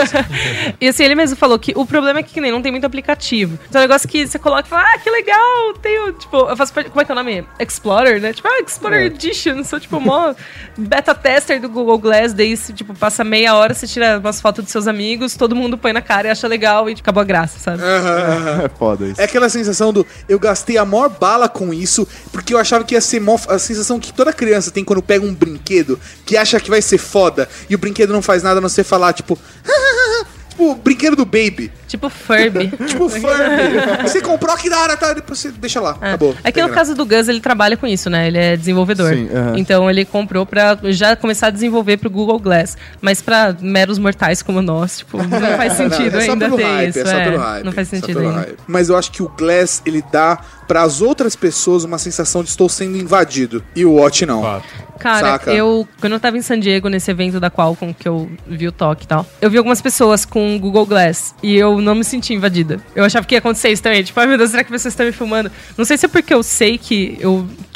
E assim, ele mesmo falou que o problema é que, que nem não tem muito aplicativo. Então é um negócio que você coloca e fala, ah, que legal, tenho, tipo, eu faço parte, como é que é o nome? Explorer, né? Tipo, ah, Explorer Edition, sou tipo mó beta tester do Google Glass, daí você, tipo, passa meia hora, você tira umas fotos dos seus amigos, todo mundo põe na cara e acha legal e tipo, acabou a graça, sabe? É foda isso. É aquela sensação do eu gastei a maior bala com isso, porque eu achava que ia ser mó, a sensação que toda criança tem quando pega um brinquedo, que acha que vai ser foda, e o brinquedo não faz nada a não ser falar, tipo, tipo, o brinquedo do Baby. Tipo Furby. Tipo Furby. Você comprou, que da hora, tá? Depois você deixa lá, É. acabou. É que no caso do Gus, ele trabalha com isso, né? Ele é desenvolvedor. Sim, aham. Então ele comprou pra já começar a desenvolver pro Google Glass. Mas pra meros mortais como nós, tipo, não faz sentido Não, é só ainda pelo ter hype, isso. É só é. pelo hype. Não faz só sentido pelo ainda. hype. Mas eu acho que o Glass, ele dá pras outras pessoas uma sensação de estou sendo invadido. E o Watch não. Fato. Cara, Saca? eu, quando eu tava em San Diego, nesse evento da Qualcomm, que eu vi o toque e tal, eu vi algumas pessoas com o Google Glass e eu não me senti invadida. Eu achava que ia acontecer isso também. Tipo, ai meu Deus, será que vocês estão me filmando? Não sei se é porque eu sei que eu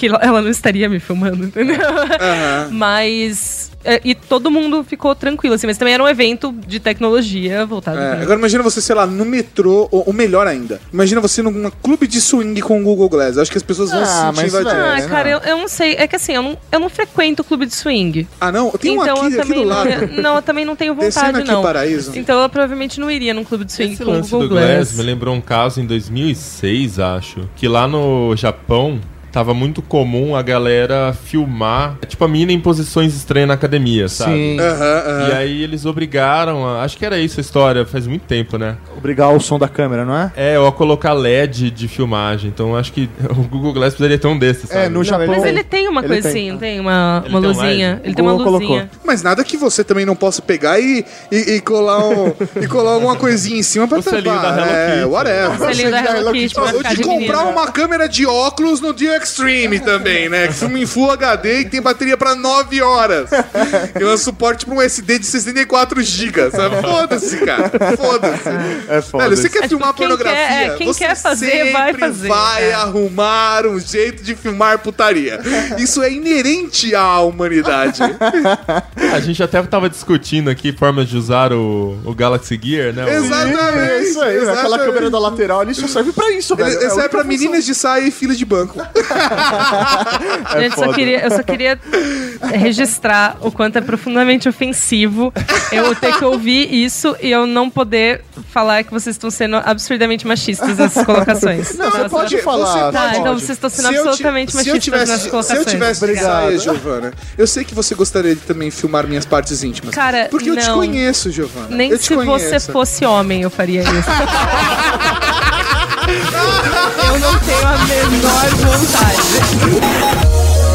que ela não estaria me filmando, entendeu? Uhum. Mas... É, e todo mundo ficou tranquilo, assim, mas também era um evento de tecnologia voltado é, pra... Agora imagina você, sei lá, no metrô, ou, ou melhor ainda, imagina você num clube de swing com o Google Glass. Acho que as pessoas vão ah, se sentir invadidas. Ah, é, cara, eu, eu não sei. É que assim, eu não, eu não frequento o clube de swing. Ah, não? Tem um então, aqui, eu aqui do lado. Não, não, eu também não tenho vontade, Descendo aqui não. Paraíso. Então eu provavelmente não iria num clube de swing Esse com o lance Google do Glass. Glass me lembrou um caso em dois mil e seis, acho, que lá no Japão tava muito comum a galera filmar, tipo, a mina em posições estranhas na academia, sabe? Sim. Uhum, uhum. E aí eles obrigaram, a, acho que era isso a história, faz muito tempo, né? Obrigar o som da câmera, não é? É, ou a colocar L E D de filmagem. Então acho que o Google Glass precisaria ter um desses, sabe? É, no Japão. Mas ele tem uma coisa assim, tem uma, uma tem um luzinha. L E D? Ele tem uma Google luzinha. colocou. Mas nada que você também não possa pegar e, e, e colar um, e colar alguma coisinha em cima pra O selinho tampar. da Hello É, Kitty. whatever. O selinho da Hello Kitty pra Ou ficar de de comprar menina. uma câmera de óculos no Dio Extreme também, né? Que filma em Full H D e tem bateria pra nove horas. E um suporte pra um S D de sessenta e quatro gigas, sabe? Foda-se, cara. Foda-se. É foda. Velho, você quer É, filmar tipo, quem pornografia? quer- é, quem você quer fazer, sempre vai fazer, vai é. arrumar um jeito de filmar putaria. Isso é inerente à humanidade. A gente até tava discutindo aqui formas de usar o, o Galaxy Gear, né? O- Exatamente. É isso aí, aquela exatamente. câmera da lateral ali só serve pra isso, Ele- velho. Essa é, a pra única meninas de saia e fila de banco. Gente, só queria, eu só queria registrar o quanto é profundamente ofensivo eu ter que ouvir isso e eu não poder falar que vocês estão sendo absurdamente machistas nessas colocações. Não, você Nossa. pode falar. Você Tá, pode. então vocês estão sendo Se eu ti- absolutamente se eu machistas tivesse, nessas Se eu colocações. tivesse de saia, Giovana, eu sei que você gostaria de também filmar minhas partes íntimas. Cara, porque eu te não. conheço, Giovana. Nem eu te se conheço. você fosse homem eu faria isso. Eu não tenho a menor vontade.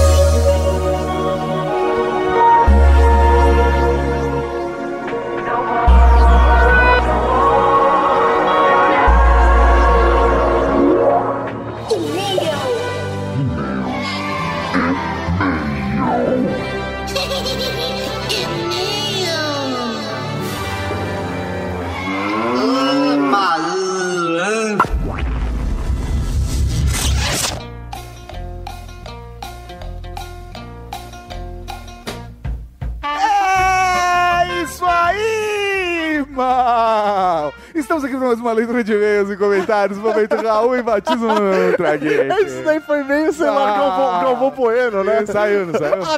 É isso aí, irmão! Estamos aqui para mais uma leitura de e-mails e comentários. Momento Raul e batismo no Traguete. Isso daí foi meio, sei lá, Galvão, Galvão Bueno, né? Saiu, não saiu?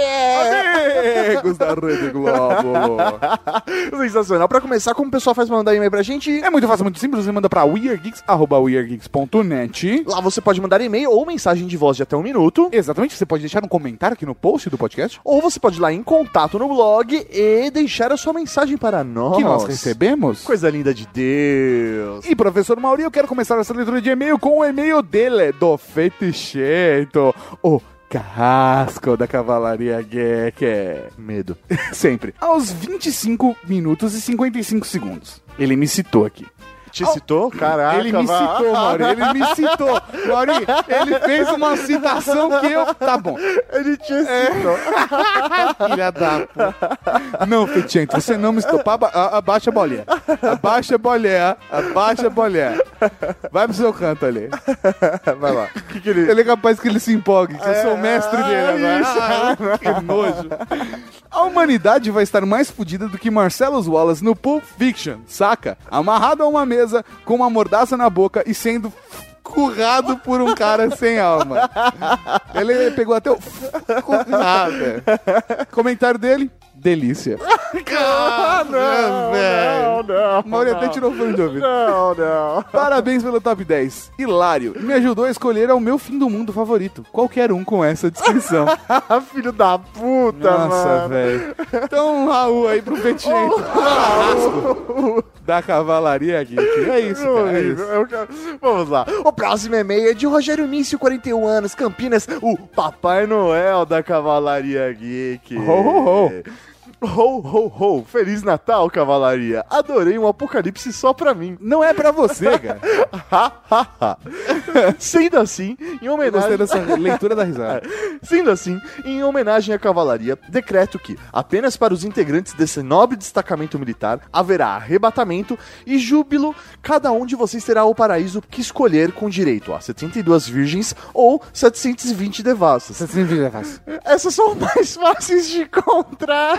Amigos da Rede Globo. Sensacional. Pra começar, como o pessoal faz pra mandar e-mail pra gente? É muito fácil, muito simples. Você manda pra weirdgeeks, arroba weirdgeeks ponto net. Lá você pode mandar e-mail ou mensagem de voz de até um minuto. Exatamente, você pode deixar um comentário aqui no post do podcast. Ou você pode ir lá em contato no blog e deixar a sua mensagem para nós. Que nós recebemos. Coisa linda de Deus. E professor Mauri, eu quero começar essa leitura de e-mail com o e-mail dele, do Feticheto, o carrasco da Cavalaria Geek. Medo. Sempre. Aos vinte e cinco minutos e cinquenta e cinco segundos. Ele me citou aqui. Te citou? Caraca. Ele me vai. citou, Mauri. Ele me citou. Mauri, ele fez uma citação que eu... Tá bom. Ele te citou. Filha da puta. Não, Fetichento, você não me citou. Aba a- abaixa a bolinha. Abaixa a bolinha. Abaixa a bolinha. Vai pro seu canto ali. Vai lá. Que que ele... Ele é capaz que ele se empolgue, que eu sou o É, mestre dele é agora. Ah, que nojo. A humanidade vai estar mais fodida do que Marcellus Wallace no Pulp Fiction, saca? Amarrado a uma mesa, com uma mordaça na boca e sendo currado por um cara sem alma. Ele pegou até o currado. Comentário dele, delícia. Ah, não, velho. não, não. Mauri até tirou o fone de ouvido. Não, não. Parabéns pelo top dez. Hilário. Me ajudou a escolher o meu fim do mundo favorito. Qualquer um com essa descrição. Filho da puta, Nossa, mano. velho. Então, um Raul aí pro Fetichento. Carrasco da Cavalaria Geek. É isso, cara. É isso. Eu quero- Vamos lá. O próximo e-mail é de Rogério Mício, quarenta e um anos, Campinas, o Papai Noel da Cavalaria Geek. Ho, ho, ho. Ho, ho, ho. Feliz Natal, cavalaria. Adorei um apocalipse só pra mim. Não é pra você, cara. Sendo assim, em homenagem... Gostei dessa leitura da risada. Sendo assim, em homenagem à cavalaria, decreto que, apenas para os integrantes desse nobre destacamento militar, haverá arrebatamento e júbilo. Cada um de vocês terá o paraíso que escolher, com direito a setenta e duas virgens ou setecentos e vinte devassos. setecentos e vinte devassos. Essas são mais fáceis de encontrar.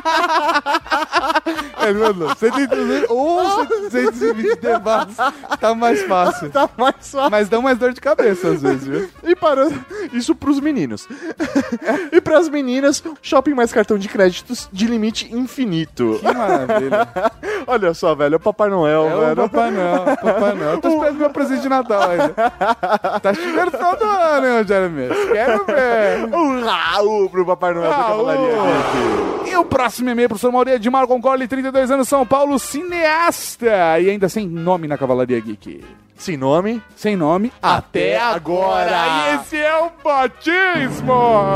É, mano, setenta e duas ou setecentos e vinte devassos. Tá mais fácil. Tá mais fácil. Mas dá mais dor de cabeça às vezes, viu? E para... Isso pros meninos. E pras meninas, shopping mais cartão de créditos de limite infinito. Que maravilha. Olha só, velho, é o Papai Noel, é velho. O Papai Noel, Papai Noel. Eu tô esperando meu presente de Natal ainda. Tá chegando o final do ano, hein, Jeremy? Quero ver. Um Raul pro Papai Noel da Cavalaria. E o próximo e-mail, professor Mauri de Marco Concorde, trinta e dois anos, São Paulo, cineasta. E ainda sem nome na Cavalaria Geek. Sem nome? Sem nome. Até agora. E esse é o batismo.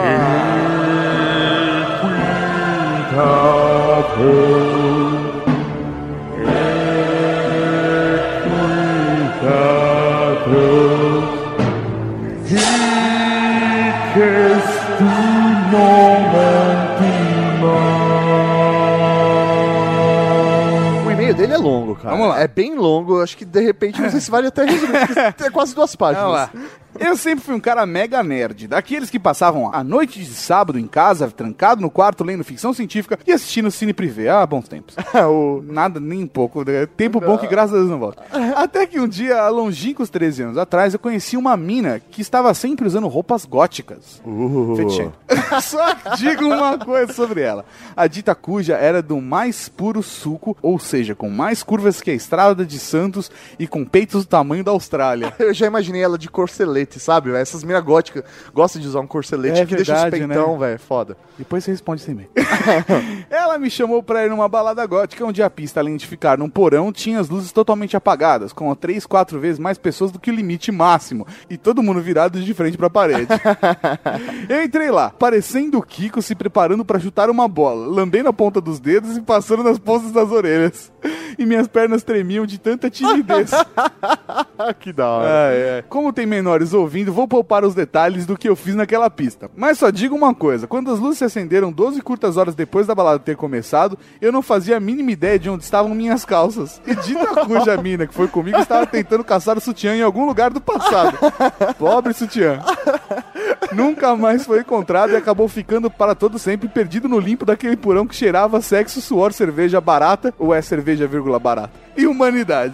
O e-mail dele é longo, cara. Vamos lá. É bem longo, acho que de repente não sei se vale até resumir, porque tem quase duas páginas. Vamos lá. Eu sempre fui um cara mega nerd, daqueles que passavam a noite de sábado em casa, trancado no quarto, lendo ficção científica e assistindo Cine Privé. Ah, bons tempos. o... Nada, nem um pouco. Tempo bom que graças a Deus não volta. Até que um dia, há longínquos treze anos atrás, eu conheci uma mina que estava sempre usando roupas góticas. Uh. Fetiche. Só digo uma coisa sobre ela. A dita cuja era do mais puro suco, ou seja, com mais curvas que a Estrada de Santos e com peitos do tamanho da Austrália. Eu já imaginei ela de corcelete, sabe? Essas minas góticas gostam de usar um corcelete é que verdade, deixa os peitão, né? velho, foda. Depois você responde sem meio. Ela me chamou pra ir numa balada gótica, onde a pista, além de ficar num porão, tinha as luzes totalmente apagadas, com três, quatro vezes mais pessoas do que o limite máximo, e todo mundo virado de frente pra parede. Eu entrei lá, parecendo o Kiko se preparando pra chutar uma bola, lambendo a ponta dos dedos e passando nas pontas das orelhas. E minhas pernas tremiam de tanta timidez. Que da hora. Ah, é. Como tem menores ouvindo, vou poupar os detalhes do que eu fiz naquela pista. Mas só digo uma coisa, quando as luzes se acenderam doze curtas horas depois da balada ter começado, eu não fazia a mínima ideia de onde estavam minhas calças. E dita cuja mina que foi comigo estava tentando caçar o sutiã em algum lugar do passado. Pobre sutiã. Nunca mais foi encontrado e acabou ficando para todo sempre perdido no limpo daquele porão que cheirava sexo, suor, cerveja barata, ou é cerveja, vírgula, barata, e humanidade.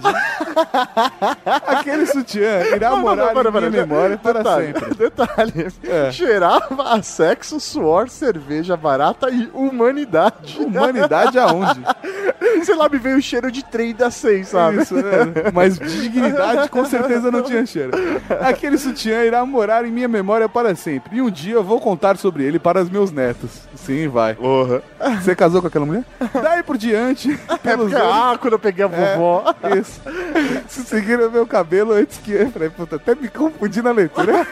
Aquele sutiã irá não, morar não, não, não, em minha não, memória para detalhe, sempre. Detalhe, é. Cheirava a sexo, suor, cerveja barata e humanidade. Humanidade aonde? Sei lá, me veio o cheiro de trem da seis, sabe? Isso, é. Mas dignidade com certeza não tinha cheiro. Aquele sutiã irá morar em minha memória para sempre. E um dia eu vou contar sobre ele para os meus netos. Sim, vai. Porra. Você casou com aquela mulher? Daí por diante, pelos é anos... Ah, quando eu peguei a vovó. É, isso. Se seguiram meu cabelo antes que... Eu falei, puta, até me confundi na leitura.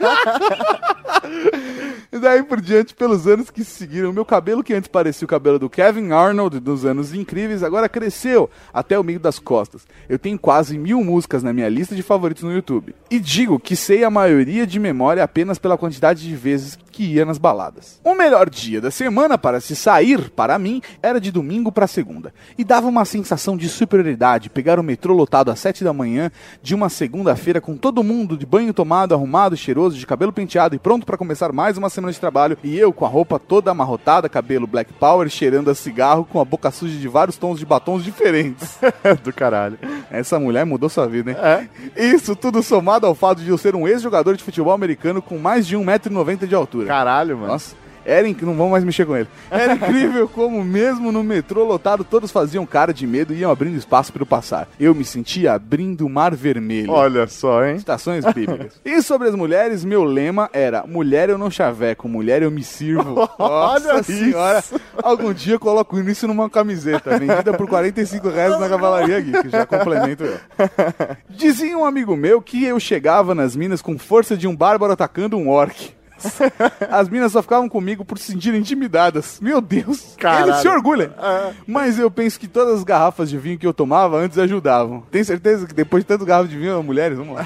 Daí por diante, pelos anos que se seguiram, meu cabelo, que antes parecia o cabelo do Kevin Arnold dos Anos Incríveis, agora cresceu até o meio das costas. Eu tenho quase mil músicas na minha lista de favoritos no YouTube. E digo que sei a maioria de memória apenas pela quantidade de vezes que ia nas baladas. O melhor dia da semana para se sair, para mim, era de domingo para segunda. E dava uma sensação de superioridade pegar o metrô lotado às sete da manhã de uma segunda-feira com todo mundo de banho tomado, arrumado, cheiroso, de cabelo penteado e pronto para começar mais uma semana de trabalho, e eu com a roupa toda amarrotada, cabelo black power, cheirando a cigarro, com a boca suja de vários tons de batons diferentes. Do caralho. Essa mulher mudou sua vida, hein? É? Isso tudo somado ao fato de eu ser um ex-jogador de futebol americano com mais de um metro e noventa de altura. Caralho, mano. Nossa. Era inc... Não vamos mais mexer com ele. Era incrível como mesmo no metrô lotado todos faziam cara de medo e iam abrindo espaço para eu passar. Eu me sentia abrindo o mar vermelho. Olha só, hein? Citações bíblicas. E sobre as mulheres, meu lema era: mulher eu não chaveco, mulher eu me sirvo. Nossa Olha senhora. isso. Algum dia eu coloco isso numa camiseta, vendida por quarenta e cinco reais na Cavalaria Geek. Já complemento eu. Dizia um amigo meu que eu chegava nas minas com força de um bárbaro atacando um orc. As minas só ficavam comigo por se sentirem intimidadas. Meu Deus, Caralho. eles se orgulham. Mas eu penso que todas as garrafas de vinho que eu tomava antes ajudavam. Tem certeza que depois de tantas garrafas de vinho, mulheres, vamos lá.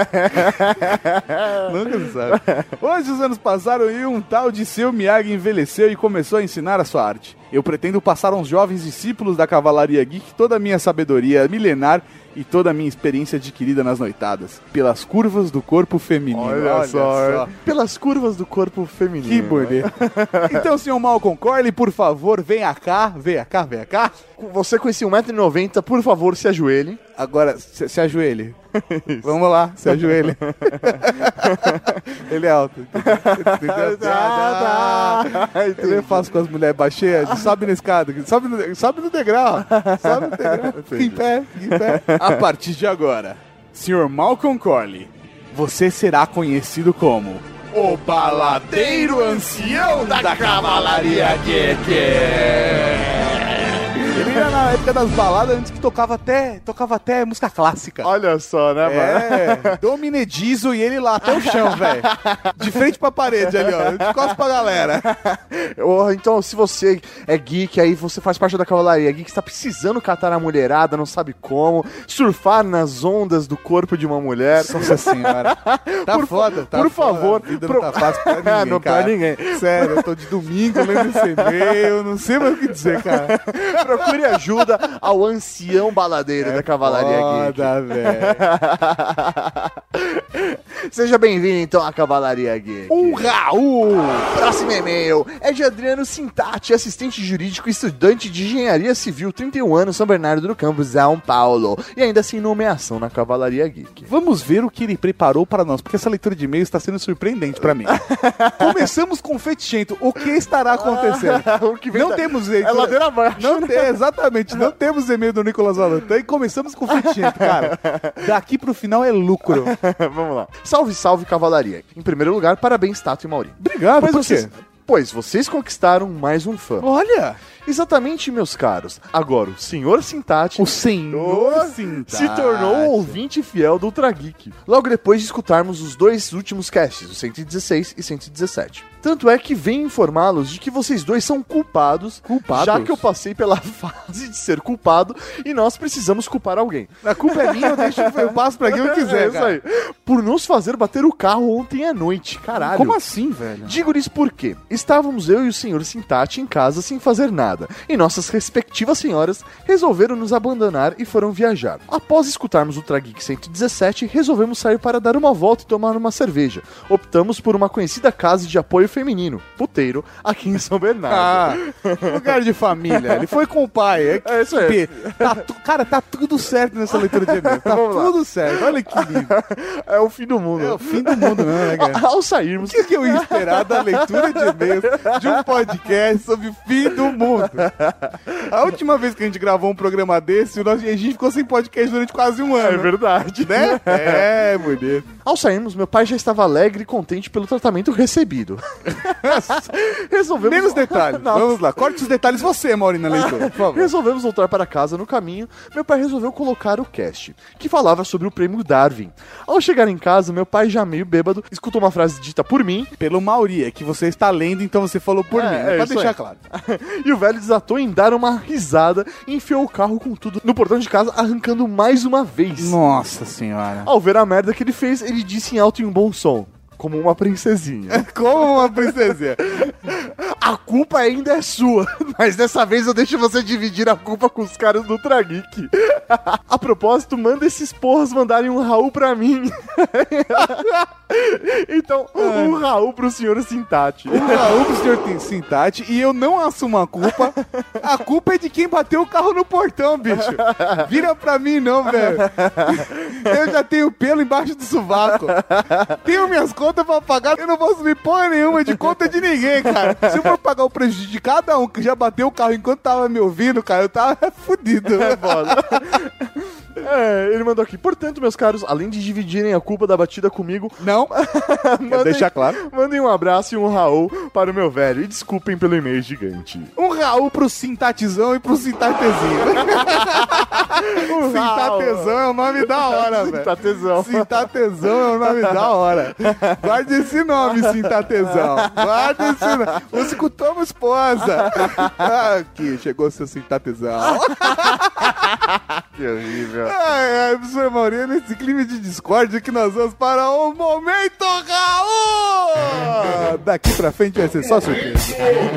Nunca se sabe. Hoje os anos passaram e um tal de seu Miyagi envelheceu e começou a ensinar a sua arte. Eu pretendo passar aos jovens discípulos da Cavalaria Geek toda a minha sabedoria milenar e toda a minha experiência adquirida nas noitadas, pelas curvas do corpo feminino. Olha, Olha só. só. Pelas curvas do corpo feminino. Que bonito. Então, senhor Malcolm Corley, por favor, venha cá, venha cá, venha cá. Você com esse um metro e noventa, por favor, se ajoelhe. Agora, se, se ajoelhe. Vamos lá, se ajoelhe. Ele é alto. Ele é fácil com as mulheres baixinhas. Sobe na escada, sobe no, sobe no degrau. Sobe no degrau. Fica em pé, fica em pé. A partir de agora, senhor Malcolm Corley, você será conhecido como o baladeiro ancião da, da Cavalaria Geek. Ele era na época das baladas antes que tocava até, tocava até música clássica. Olha só, né, mano? É, Dominedizo e ele lá até o chão, velho. De frente pra parede ali, ó. De costas pra galera. Então, se você é geek, aí você faz parte da Cavalaria Geek, está precisando catar a mulherada, não sabe como, surfar nas ondas do corpo de uma mulher. Nossa senhora. Tá por, foda, tá Por foda. favor. A vida pro... não tá fácil pra ninguém, Não cara. pra ninguém. Sério, eu tô de domingo lendo esse e-mail, não sei mais o que dizer, cara. Procure ajuda ao ancião baladeiro é da Cavalaria foda, Geek. velho. Seja bem-vindo, então, à Cavalaria Geek. Um Raul! Próximo e-mail é de Adriano Sintati, assistente jurídico e estudante de engenharia civil, trinta e um anos, São Bernardo do Campo, São Paulo. E ainda sem nomeação na Cavalaria Geek. Vamos ver o que ele preparou para nós, porque essa leitura de e-mails está sendo surpreendente para mim. Começamos com Fetichento. O que estará acontecendo? o que vem não da... temos É ladeira abaixo. Não tem, exatamente. Não temos e-mail do Nicolas Valentã e começamos com Fetichento, cara. Daqui pro final é lucro. Vamos lá. Salve, salve, Cavalaria. Em primeiro lugar, parabéns, Tato e Mauri. Obrigado, pois por vocês, quê? Pois vocês conquistaram mais um fã. Olha! Exatamente, meus caros. Agora, o senhor Sintati... O senhor Sintati... se tornou um ouvinte fiel do Ultra Geek. Logo depois de escutarmos os dois últimos casts, o cento e dezesseis e cento e dezessete. Tanto é que venho informá-los de que vocês dois são culpados, culpados, já que eu passei pela fase de ser culpado e nós precisamos culpar alguém. A culpa é minha, eu deixo, eu passo pra quem eu quiser, é isso aí. Por nos fazer bater o carro ontem à noite, caralho. Como assim, velho? Digo-lhes por quê. Estávamos eu e o senhor Sintati em casa sem fazer nada, e nossas respectivas senhoras resolveram nos abandonar e foram viajar. Após escutarmos o Ultra Geek cento e dezessete, resolvemos sair para dar uma volta e tomar uma cerveja. Optamos por uma conhecida casa de apoio feminino, puteiro, aqui em São Bernardo. Ah, lugar de família. Ele foi com o pai. É, é isso aí. Tá tu, cara, tá tudo certo nessa leitura de e-mail. Tá tudo certo. Olha que lindo. É o fim do mundo. É o fim do mundo, não, né, cara? Ao sairmos... O que, que eu ia esperar da leitura de e-mails de um podcast sobre o fim do mundo? A última vez que a gente gravou um programa desse, a gente ficou sem podcast durante quase um ano. É verdade. Né? É, bonito. Ao sairmos, meu pai já estava alegre e contente pelo tratamento recebido. Resolvemos... Menos detalhes. Não. Vamos lá. Corte os detalhes você, Maurina Leitura, por favor. Resolvemos voltar para casa. No caminho, meu pai resolveu colocar o cast, que falava sobre o prêmio Darwin. Ao chegar em casa, meu pai, já meio bêbado, escutou uma frase dita por mim. Pelo Mauri, é que você está lendo, então você falou por é, mim. É, é pra deixar aí. claro. E o velho desatou em dar uma risada e enfiou o carro com tudo no portão de casa, arrancando mais uma vez. Nossa senhora. Ao ver a merda que ele fez, ele disse em alto e em bom som, como uma princesinha. Como uma princesinha. A culpa ainda é sua, mas dessa vez eu deixo você dividir a culpa com os caras do Ultra Geek. A propósito, manda esses porras mandarem um Raul pra mim. Então, um Raul pro senhor Sintati. Um Raul pro senhor Sintati, e eu não assumo a culpa. A culpa é de quem bateu o carro no portão, bicho. Vira pra mim não, velho. Eu já tenho pelo embaixo do sovaco. Tenho minhas contas pra pagar, eu não vou assumir porra nenhuma de conta de ninguém, cara. Se eu for pagar o prejuízo de cada um que já bateu o carro enquanto tava me ouvindo, cara, eu tava fudido. É foda. É, ele mandou aqui. Portanto, meus caros, além de dividirem a culpa da batida comigo... Não. Quero deixar claro. Mandem um abraço e um Raul para o meu velho. E desculpem pelo e-mail gigante. Um Raul pro Sintatizão e pro Sintatezinho. O Sintatezão é o nome da hora, velho. Sintatezão. Sintatezão é o nome da hora. Guarde esse nome, Sintatezão. Guarde esse nome. Use com Tomo Esposa. Aqui, chegou seu Sintatezão. Que horrível. Ai, ai, professor Maurinho, nesse clima de discórdia que nós vamos para o Momento Raul! Daqui pra frente vai ser só surpresa.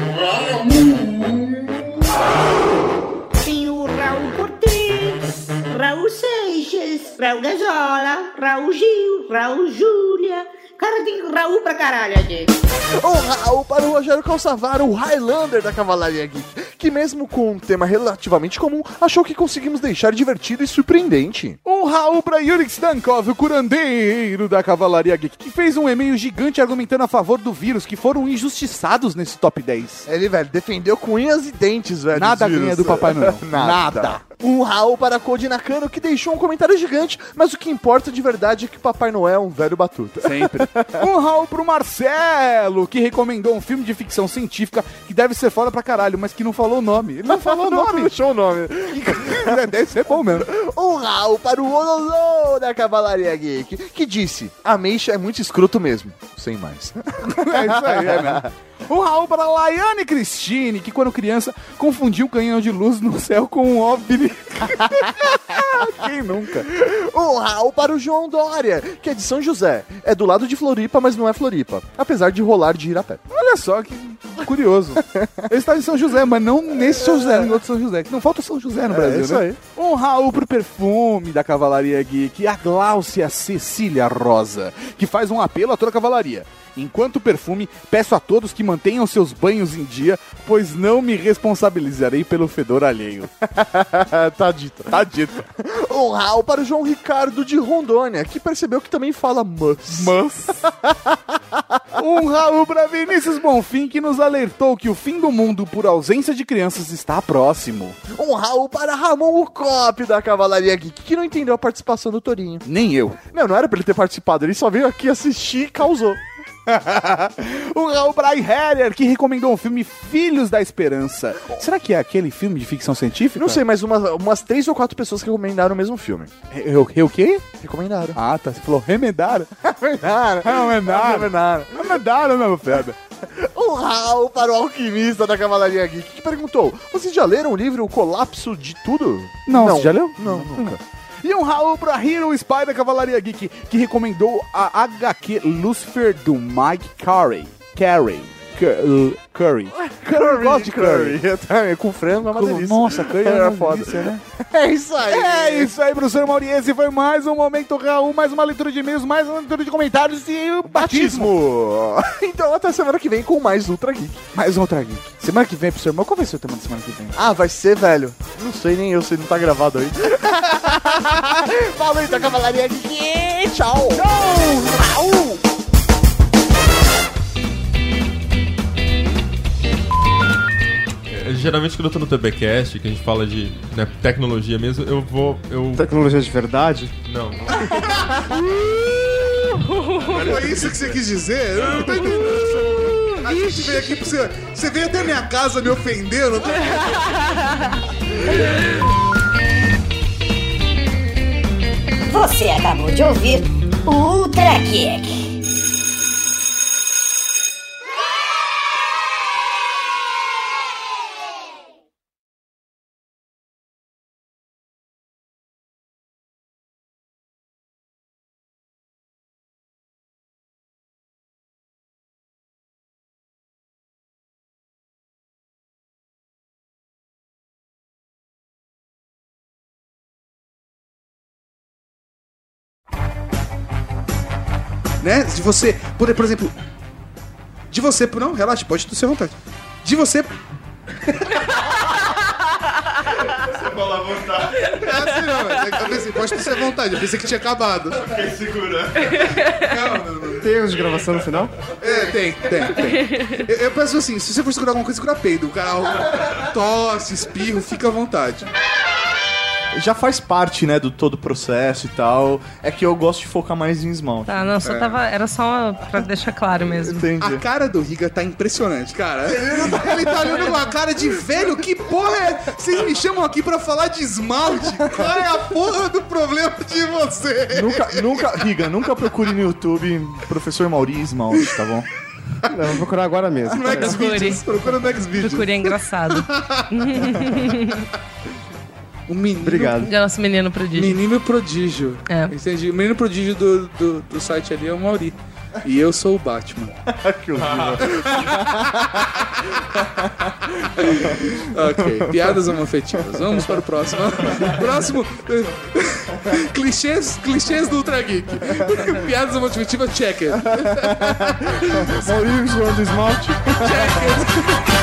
Tem o Raul Cortez, Raul Seixas, Raul Gazola, Raul Gil, Raul Júlia. Cara, tem Raul pra caralho aqui. Um Raul para o Rogério Calçavaro, o Highlander da Cavalaria Geek, que mesmo com um tema relativamente comum, achou que conseguimos deixar divertido e surpreendente. Um Raul para Yuri Stankov, o curandeiro da Cavalaria Geek, que fez um e-mail gigante argumentando a favor do vírus, que foram injustiçados nesse top dez. Ele, velho, defendeu com unhas e dentes, velho. Nada ganha do Papai Noel. Nada. Nada. Um Raul para a Code Nakano, que deixou um comentário gigante, mas o que importa de verdade é que o Papai Noel é um velho batuta. Sempre. Um Raul pro Marcelo, que recomendou um filme de ficção científica que deve ser foda pra caralho, mas que não falou o nome. Ele não falou o nome. Não deixou o nome. Deve ser bom mesmo. Um Raul para o Ololô da Cavalaria Geek, que disse: a Meixa é muito escroto mesmo. Sem mais. É isso aí, é mesmo. Um Raul para a Laiane Cristine, que quando criança confundiu o canhão de luz no céu com um OVNI. Quem nunca? Um Raul para o João Dória, que é de São José. É do lado de Floripa, mas não é Floripa. Apesar de rolar de ir a pé. Olha só que curioso. Ele está em São José, mas não nesse São José, em outro São José. Que não falta São José no É Brasil, isso né? aí. Um Raul pro Perfume da Cavalaria Geek, a Gláucia Cecília Rosa, que faz um apelo a toda a cavalaria. Enquanto perfume, peço a todos que mantenham seus banhos em dia, pois não me responsabilizarei pelo fedor alheio. Tá dito. Tá dito. Um Raul para o João Ricardo de Rondônia, que percebeu que também fala mas. Mas. Um Raul para Vinícius Bonfim, que nos alertou que o fim do mundo por ausência de crianças está próximo. Um Raul para Ramon Ucop da Cavalaria Geek, que não entendeu a participação do Torinho. Nem eu. Não, não era pra ele ter participado, ele só veio aqui assistir e causou. O Raul Bray Heller, que recomendou o filme Filhos da Esperança. Será que é aquele filme de ficção científica? Não sei, mas umas, umas três ou quatro pessoas que recomendaram o mesmo filme. Eu, eu o quê? Recomendaram. Ah, tá. Você falou remendaram. Recomendaram. Remendaram. Recomendaram. Remendaram, meu pedra. Um Raul para o Alquimista da Cavalaria Geek, que perguntou: vocês já leram o livro O Colapso de Tudo? Não, você já leu? Não, nunca. E um Raul pra Hero Spy da Cavalaria Geek, que recomendou a H Q Lucifer do Mike Carey. Carey. Curry. Curry. Curry, gosto de curry. Eu também, com frango é uma delícia. Nossa, curry é Era uma foda. delícia, né? É isso aí. É isso aí, professor Mauri. Esse foi mais um Momento Raul, mais uma leitura de e-mails, mais uma leitura de comentários e o batismo. Então até semana que vem com mais Ultra Geek. Mais um Ultra Geek. Semana que vem, professor, mas qual vai ser o tema da semana que vem? Ah, vai ser, velho. Não sei nem eu, se não tá gravado aí. Falou então, Cavalaria Geek. Tchau. Tchau. Raul. Geralmente quando eu tô no TBcast, que a gente fala de né, tecnologia mesmo, eu vou... Eu... Tecnologia de verdade? Não. Foi isso que você quis dizer? Eu não tô entendendo. A gente veio aqui pra você... Você veio até minha casa me ofendendo. Você acabou de ouvir o Ultra Geek. Né? De você poder, por exemplo... De você... Não, relaxa, pode ter à vontade. De você... Você fala à vontade. É assim não, eu pensei, pode ter à vontade. Eu pensei que tinha acabado. Fiquei segurando. Não, não, não. Tem erros de gravação no final? É, tem, tem, tem. Eu, eu penso assim, se você for segurar alguma coisa, segura peido. O cara tosse, espirro, fica à vontade. já faz parte, né, do todo o processo e tal. É que eu gosto de focar mais em esmalte. Tá, não, só É. tava. Era só pra deixar claro mesmo. A cara do Riga tá impressionante, cara. Ele tá olhando com a cara de velho. Que porra é? Vocês me chamam aqui pra falar de esmalte? Qual é a porra do problema de você? Nunca, nunca, Riga, nunca procure no YouTube Professor Mauri esmalte, tá bom? Não, vou procurar agora mesmo. No Xvideos. Procura no Xvideos. Procure, é engraçado. O menino... Obrigado. É nosso menino prodígio. Menino prodígio. É. Entendi. O menino prodígio do, do, do site ali é o Mauri. E eu sou o Batman. Que horrível. Ok, piadas homoafetivas. Vamos para o próximo. Próximo. clichês, clichês do Ultra Geek. Piadas homoafetivas, check it. Maurício, do esmalte. Check it.